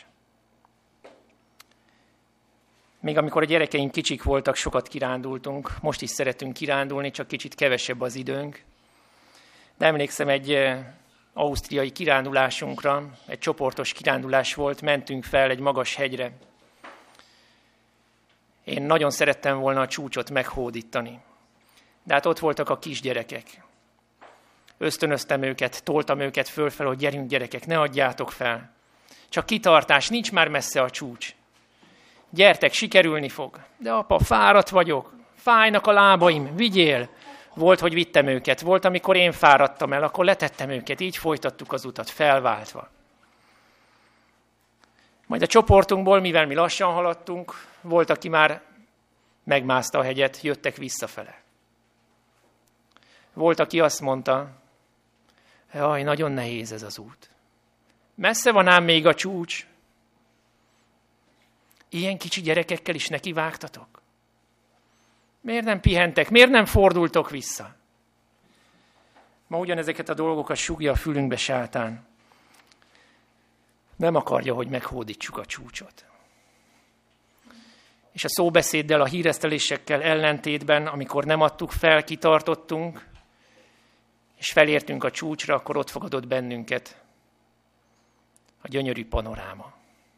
Még amikor a gyerekeink kicsik voltak, sokat kirándultunk, most is szeretünk kirándulni, csak kicsit kevesebb az időnk. De emlékszem egy ausztriai kirándulásunkra, egy csoportos kirándulás volt, mentünk fel egy magas hegyre. Én nagyon szerettem volna a csúcsot meghódítani. De hát ott voltak a kisgyerekek. Ösztönöztem őket, toltam őket fölfel, hogy gyerünk gyerekek, ne adjátok fel. Csak kitartás, nincs már messze a csúcs. Gyertek, sikerülni fog. De apa, fáradt vagyok, fájnak a lábaim, vigyél. Volt, hogy vittem őket, volt, amikor én fáradtam el, akkor letettem őket, így folytattuk az utat, felváltva. Majd a csoportunkból, mivel mi lassan haladtunk, volt, aki már megmászta a hegyet, jöttek visszafele. Volt, aki azt mondta, jaj, nagyon nehéz ez az út. Messze van ám még a csúcs. Ilyen kicsi gyerekekkel is nekivágtatok? Miért nem pihentek? Miért nem fordultok vissza? Ma ugyanezeket a dolgokat súgja a fülünkbe sátán. Nem akarja, hogy meghódítsuk a csúcsot. És a szóbeszéddel, a híresztelésekkel ellentétben, amikor nem adtuk fel, kitartottunk, és felértünk a csúcsra, akkor ott fogadott bennünket a gyönyörű panoráma.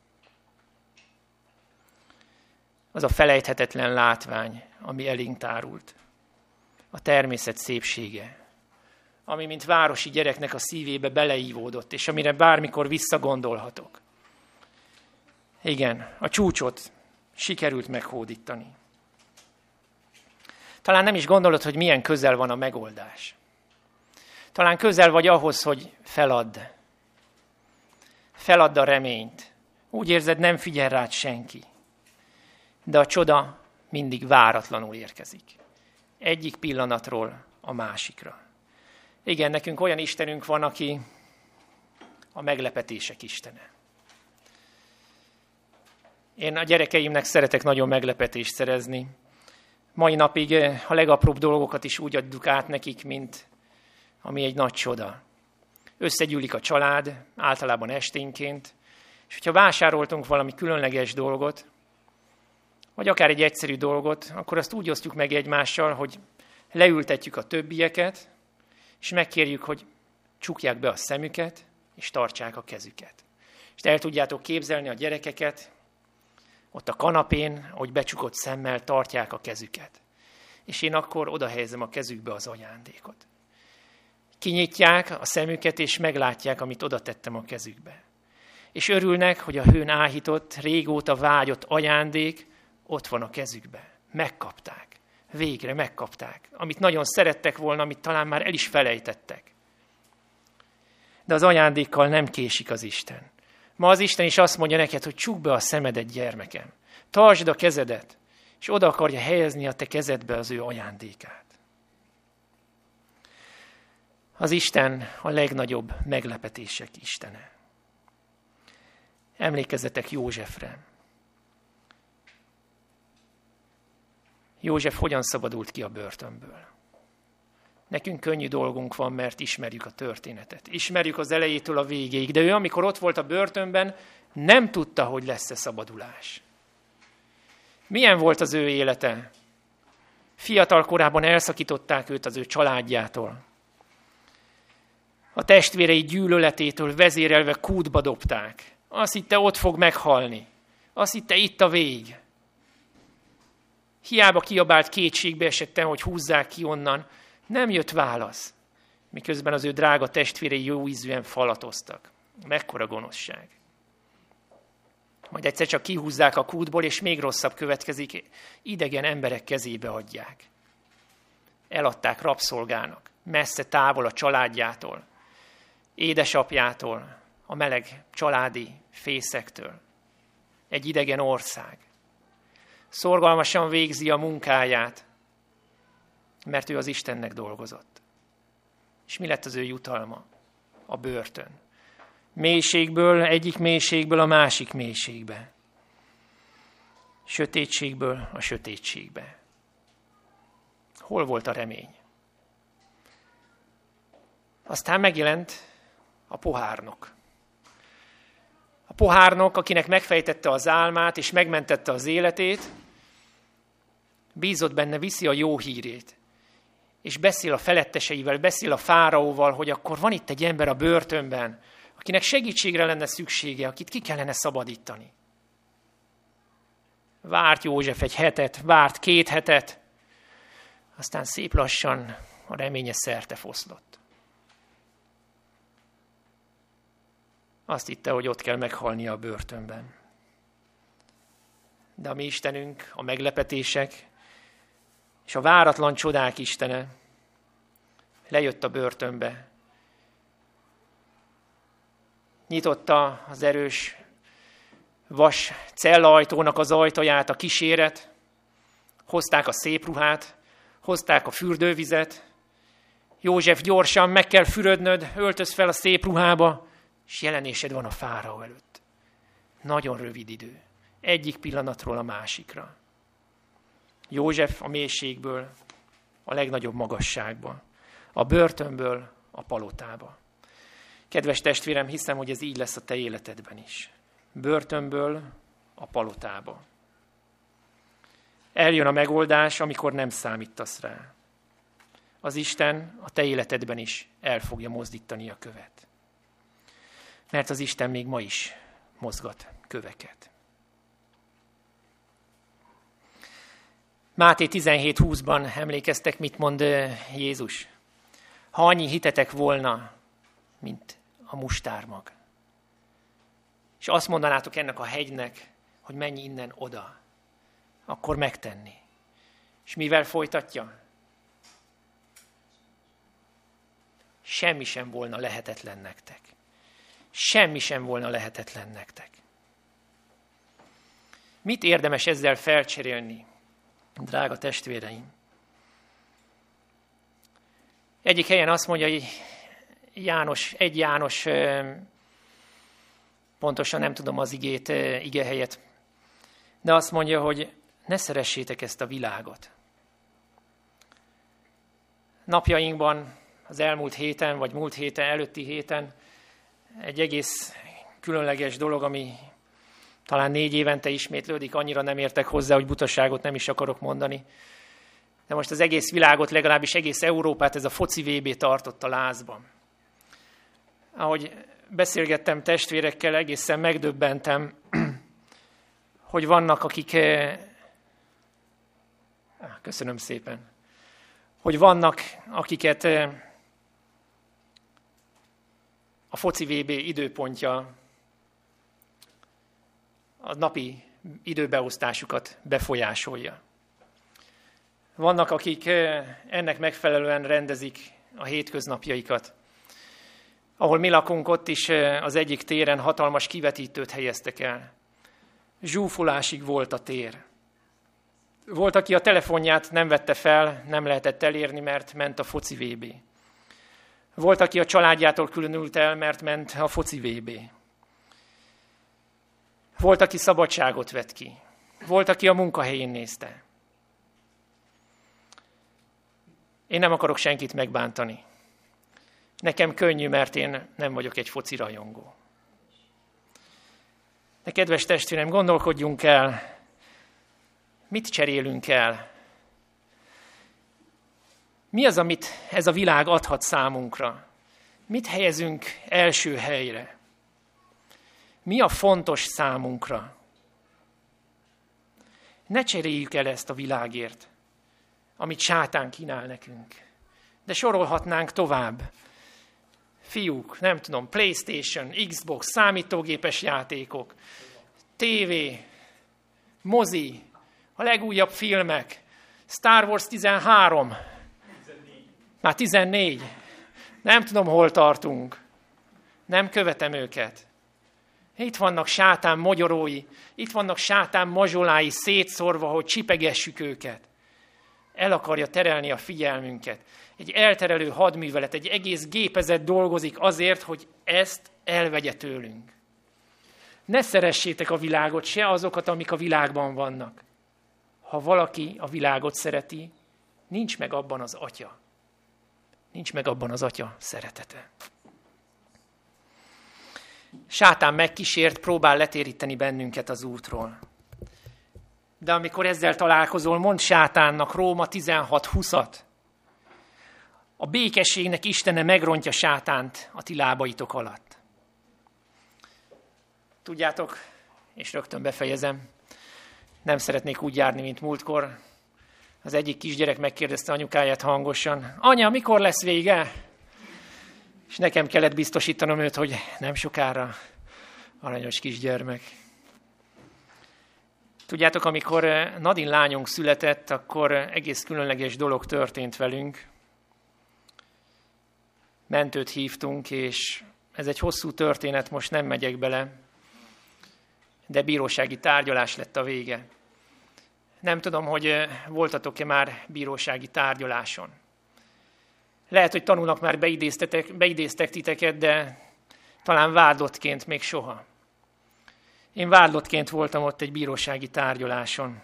Az a felejthetetlen látvány, ami elénk tárult. A természet szépsége, ami mint városi gyereknek a szívébe beleívódott, és amire bármikor visszagondolhatok. Igen, a csúcsot sikerült meghódítani. Talán nem is gondolod, hogy milyen közel van a megoldás. Talán közel vagy ahhoz, hogy feladd. Feladd a reményt. Úgy érzed, nem figyel rád senki. De a csoda mindig váratlanul érkezik. Egyik pillanatról a másikra. Igen, nekünk olyan Istenünk van, aki a meglepetések istene. Én a gyerekeimnek szeretek nagyon meglepetést szerezni. Mai napig a legapróbb dolgokat is úgy adjuk át nekik, mint ami egy nagy csoda. Összegyűlik a család, általában esténként, és hogyha vásároltunk valami különleges dolgot, vagy akár egy egyszerű dolgot, akkor azt úgy osztjuk meg egymással, hogy leültetjük a többieket, és megkérjük, hogy csukják be a szemüket, és tartsák a kezüket. És el tudjátok képzelni a gyerekeket, ott a kanapén, hogy becsukott szemmel tartják a kezüket. És én akkor oda helyezem a kezükbe az ajándékot. Kinyitják a szemüket, és meglátják, amit oda tettem a kezükbe. És örülnek, hogy a hőn áhított, régóta vágyott ajándék ott van a kezükbe. Megkapták. Végre megkapták. Amit nagyon szerettek volna, amit talán már el is felejtettek. De az ajándékkal nem késik az Isten. Ma az Isten is azt mondja neked, hogy csukd be a szemedet, gyermekem. Tartsd a kezedet, és oda akarja helyezni a te kezedbe az ő ajándékát. Az Isten a legnagyobb meglepetések istene. Emlékezzetek Józsefre. József hogyan szabadult ki a börtönből? Nekünk könnyű dolgunk van, mert ismerjük a történetet. Ismerjük az elejétől a végéig, de ő, amikor ott volt a börtönben, nem tudta, hogy lesz-e szabadulás. Milyen volt az ő élete? Fiatal korában elszakították őt az ő családjától. A testvérei gyűlöletétől vezérelve kútba dobták. Azt hitte, ott fog meghalni. Azt hitte, itt a vég. Hiába kiabált kétségbe esetten, hogy húzzák ki onnan, nem jött válasz, miközben az ő drága testvérei jóízűen falatoztak. Mekkora gonoszság. Majd egyszer csak kihúzzák a kútból, és még rosszabb következik, idegen emberek kezébe adják. Eladták rabszolgának. messze távol a családjától, édesapjától, a meleg családi fészektől. Egy idegen ország. Szorgalmasan végzi a munkáját, mert ő az Istennek dolgozott. És mi lett az ő jutalma? A börtön. Mélységből, egyik mélységből a másik mélységbe. Sötétségből a sötétségbe. Hol volt a remény? Aztán megjelent a pohárnok. A pohárnok, akinek megfejtette az álmát és megmentette az életét, bízott benne, viszi a jó hírét. És beszél a feletteseivel, beszél a fáraóval, hogy akkor van itt egy ember a börtönben, akinek segítségre lenne szüksége, akit ki kellene szabadítani. Várt József egy hetet, várt 2 hetet, aztán szép lassan a reménye szerte foszlott. Azt hitte, hogy ott kell meghalnia a börtönben. De a mi Istenünk, a meglepetések és a váratlan csodák Istene lejött a börtönbe. Nyitotta az erős vas cellaajtónak az ajtaját a kíséret, hozták a szép ruhát, hozták a fürdővizet. József, gyorsan, meg kell fürödnöd, öltöz fel a szép ruhába, és jelenésed van a fáraó előtt. Nagyon rövid idő. Egyik pillanatról a másikra. József a mélységből a legnagyobb magasságba. A börtönből a palotába. Kedves testvérem, hiszem, hogy ez így lesz a te életedben is. Börtönből a palotába. Eljön a megoldás, amikor nem számítasz rá. Az Isten a te életedben is el fogja mozdítani a követ. Mert az Isten még ma is mozgat köveket. Máté 17:20-ban emlékeztek, mit mond Jézus? Ha annyi hitetek volna, mint a mustármag. És azt mondanátok ennek a hegynek, hogy menj innen oda, akkor megtenni. És mivel folytatja? Semmi sem volna lehetetlen nektek. Semmi sem volna lehetetlen nektek. Mit érdemes ezzel felcserélni, drága testvéreim? Egyik helyen azt mondja, hogy János, pontosan nem tudom az igehelyet, de azt mondja, hogy ne szeressétek ezt a világot. Napjainkban, az elmúlt héten, vagy múlt héten, előtti héten egy egész különleges dolog, ami talán 4 évente ismétlődik, annyira nem értek hozzá, hogy butaságot nem is akarok mondani. De most az egész világot, legalábbis egész Európát ez a foci VB tartotta lázban. Ahogy beszélgettem testvérekkel, egészen megdöbbentem, hogy vannak, akik... Köszönöm szépen. Hogy vannak, akiket a foci VB időpontja a napi időbeosztásukat befolyásolja. Vannak, akik ennek megfelelően rendezik a hétköznapjaikat. Ahol mi lakunk, ott is az egyik téren hatalmas kivetítőt helyeztek el. Zsúfolásig volt a tér. Volt, aki a telefonját nem vette fel, nem lehetett elérni, mert ment a foci VB. Volt, aki a családjától különült el, mert ment a foci VB. Volt, aki szabadságot vett ki. Volt, aki a munkahelyén nézte. Én nem akarok senkit megbántani. Nekem könnyű, mert én nem vagyok egy foci rajongó. De kedves testvérem, gondolkodjunk el, mit cserélünk el? Mi az, amit ez a világ adhat számunkra? Mit helyezünk első helyre? Mi a fontos számunkra? Ne cseréljük el ezt a világért, amit sátán kínál nekünk. De sorolhatnánk tovább. Fiúk, nem tudom, PlayStation, Xbox, számítógépes játékok, TV, mozi, a legújabb filmek, Star Wars 13, Már 14. Nem tudom, hol tartunk. Nem követem őket. Itt vannak sátán mogyorói, itt vannak sátán mazsolái szétszórva, hogy csipegessük őket. El akarja terelni a figyelmünket. Egy elterelő hadművelet, egy egész gépezet dolgozik azért, hogy ezt elvegye tőlünk. Ne szeressétek a világot, se azokat, amik a világban vannak. Ha valaki a világot szereti, nincs meg abban az Atya. Nincs meg abban az Atya szeretete. Sátán megkísért, próbál letéríteni bennünket az útról. De amikor ezzel találkozol, mondd sátánnak Róma 16:20-at. A békességnek Istene megrontja sátánt a ti lábaitok alatt. Tudjátok, és rögtön befejezem, nem szeretnék úgy járni, mint múltkor. Az egyik kisgyerek megkérdezte anyukáját hangosan, anya, mikor lesz vége? És nekem kellett biztosítanom őt, hogy nem sokára, aranyos kisgyermek. Tudjátok, amikor Nadin lányunk született, akkor egész különleges dolog történt velünk. Mentőt hívtunk, és ez egy hosszú történet, most nem megyek bele, de bírósági tárgyalás lett a vége. Nem tudom, hogy voltatok-e már bírósági tárgyaláson. Lehet, hogy tanulnak már beidéztek titeket, de talán vádlottként még soha. Én vádlottként voltam ott egy bírósági tárgyaláson.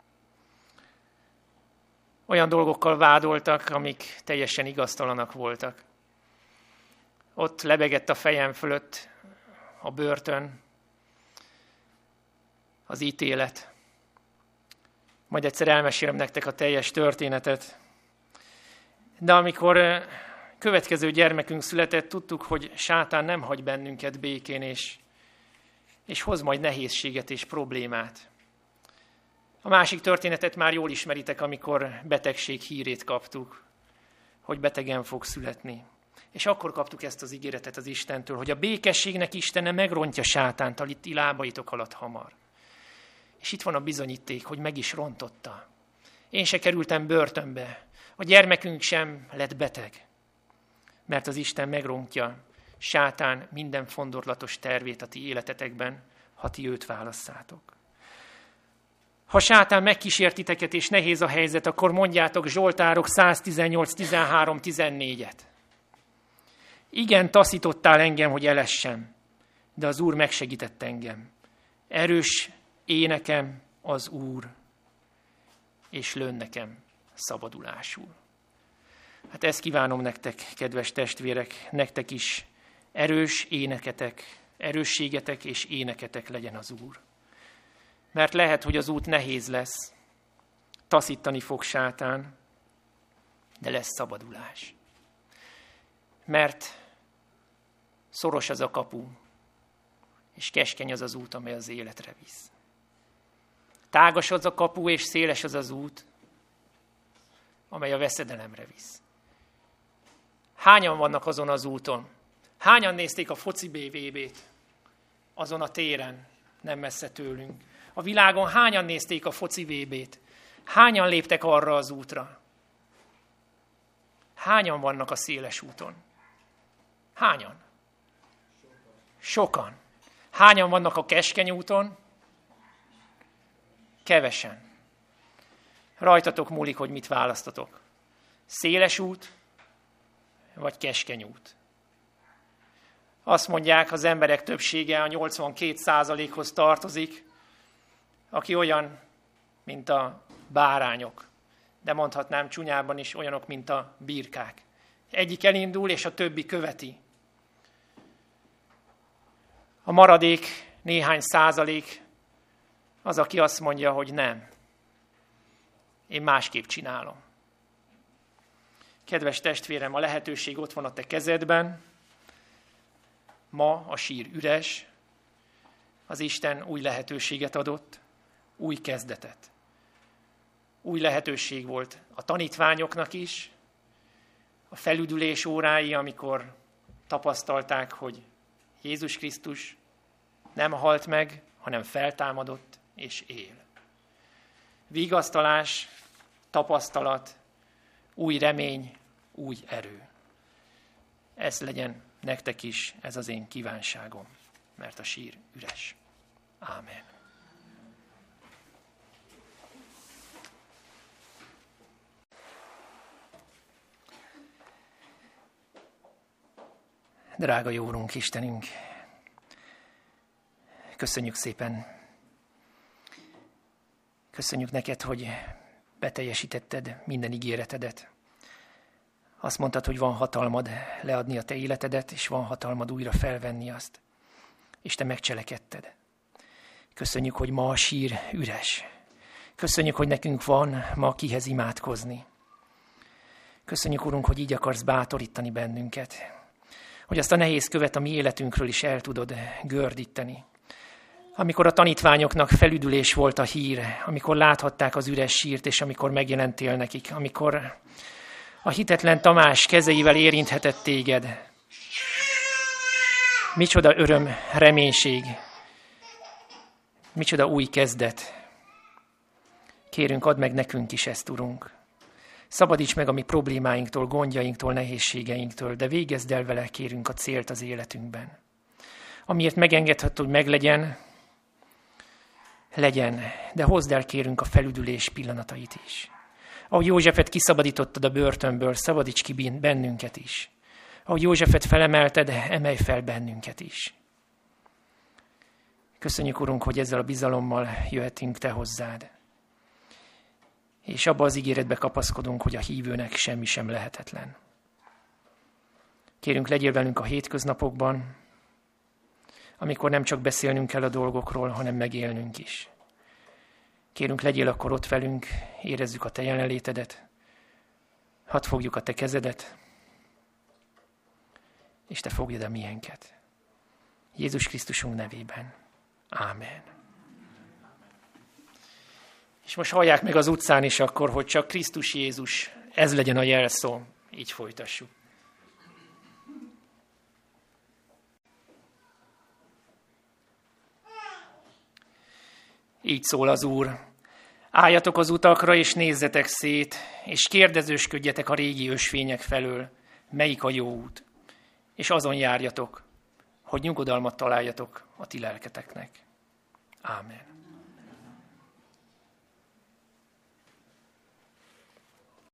Olyan dolgokkal vádoltak, amik teljesen igaztalanak voltak. Ott lebegett a fejem fölött a börtön, az ítélet. Majd egyszer elmesélem nektek a teljes történetet. De amikor következő gyermekünk született, tudtuk, hogy sátán nem hagy bennünket békén, és hoz majd nehézséget és problémát. A másik történetet már jól ismeritek, amikor betegség hírét kaptuk, hogy betegen fog születni. És akkor kaptuk ezt az ígéretet az Istentől, hogy a békességnek Istene megrontja sátánt a ti lábaitok alatt hamar. És itt van a bizonyíték, hogy meg is rontotta. Én se kerültem börtönbe, a gyermekünk sem lett beteg, mert az Isten megrontja sátán minden fondorlatos tervét a ti életetekben, ha ti őt válasszátok. Ha sátán megkísért titeket és nehéz a helyzet, akkor mondjátok Zsoltárok 118, 13, 14-et. Igen, taszítottál engem, hogy elessem, de az Úr megsegített engem. Erős énekem az Úr, és lőn nekem szabadulásul. Hát ezt kívánom nektek, kedves testvérek, nektek is erős éneketek, erősségetek és éneketek legyen az Úr. Mert lehet, hogy az út nehéz lesz, taszítani fog sátán, de lesz szabadulás. Mert szoros az a kapu, és keskeny az az út, amely az életre visz. Tágas az a kapu, és széles az az út, amely a veszedelemre visz. Hányan vannak azon az úton? Hányan nézték a foci BVB-t azon a téren, nem messze tőlünk? A világon hányan nézték a foci VB-t? Hányan léptek arra az útra? Hányan vannak a széles úton? Hányan? Sokan. Hányan vannak a keskeny úton? Kevesen. Rajtatok múlik, hogy mit választatok. Széles út, vagy keskeny út. Azt mondják, az emberek többsége a 82%-hoz tartozik, aki olyan, mint a bárányok. De mondhatnám csúnyában is olyanok, mint a birkák. Egyik elindul, és a többi követi. A maradék néhány százalék az, aki azt mondja, hogy nem. Én másképp csinálom. Kedves testvérem, a lehetőség ott van a te kezedben. Ma a sír üres. Az Isten új lehetőséget adott, új kezdetet. Új lehetőség volt a tanítványoknak is, a felüdülés órái, amikor tapasztalták, hogy Jézus Krisztus nem halt meg, hanem feltámadott és él. Vigasztalás, tapasztalat, új remény, új erő. Ez legyen nektek is, ez az én kívánságom, mert a sír üres. Ámen. Drága jó Urunk, Istenünk, köszönjük szépen. Köszönjük neked, hogy beteljesítetted minden ígéretedet. Azt mondtad, hogy van hatalmad leadni a te életedet, és van hatalmad újra felvenni azt. És te megcselekedted. Köszönjük, hogy ma a sír üres. Köszönjük, hogy nekünk van ma kihez imádkozni. Köszönjük, Urunk, hogy így akarsz bátorítani bennünket. Hogy azt a nehéz követ a mi életünkről is el tudod gördíteni. Amikor a tanítványoknak felüdülés volt a hír, amikor láthatták az üres sírt, és amikor megjelentél nekik, amikor a hitetlen Tamás kezeivel érinthetett téged. Micsoda öröm, reménység, micsoda új kezdet. Kérünk, add meg nekünk is ezt, Urunk. Szabadíts meg a mi problémáinktól, gondjainktól, nehézségeinktől, de végezd el vele, kérünk, a célt az életünkben. Amiért megengedhet, hogy meglegyen, legyen, de hozd el, kérünk, a felüdülés pillanatait is. Ahogy Józsefet kiszabadítottad a börtönből, szabadíts ki bennünket is. Ahogy Józsefet felemelted, emelj fel bennünket is. Köszönjük, Urunk, hogy ezzel a bizalommal jöhetünk te hozzád. És abba az ígéretbe kapaszkodunk, hogy a hívőnek semmi sem lehetetlen. Kérünk, legyél velünk a hétköznapokban, amikor nem csak beszélnünk kell a dolgokról, hanem megélnünk is. Kérünk, legyél akkor ott velünk, érezzük a te jelenlétedet, hadd fogjuk a te kezedet, és te fogjad a miénket. Jézus Krisztusunk nevében. Ámen. És most hallják meg az utcán is akkor, hogy csak Krisztus Jézus, ez legyen a jelszó. Így folytassuk. Így szól az Úr. Álljatok az utakra, és nézzetek szét, és kérdezősködjetek a régi ösvények felől, melyik a jó út, és azon járjatok, hogy nyugodalmat találjatok a ti lelketeknek. Ámen.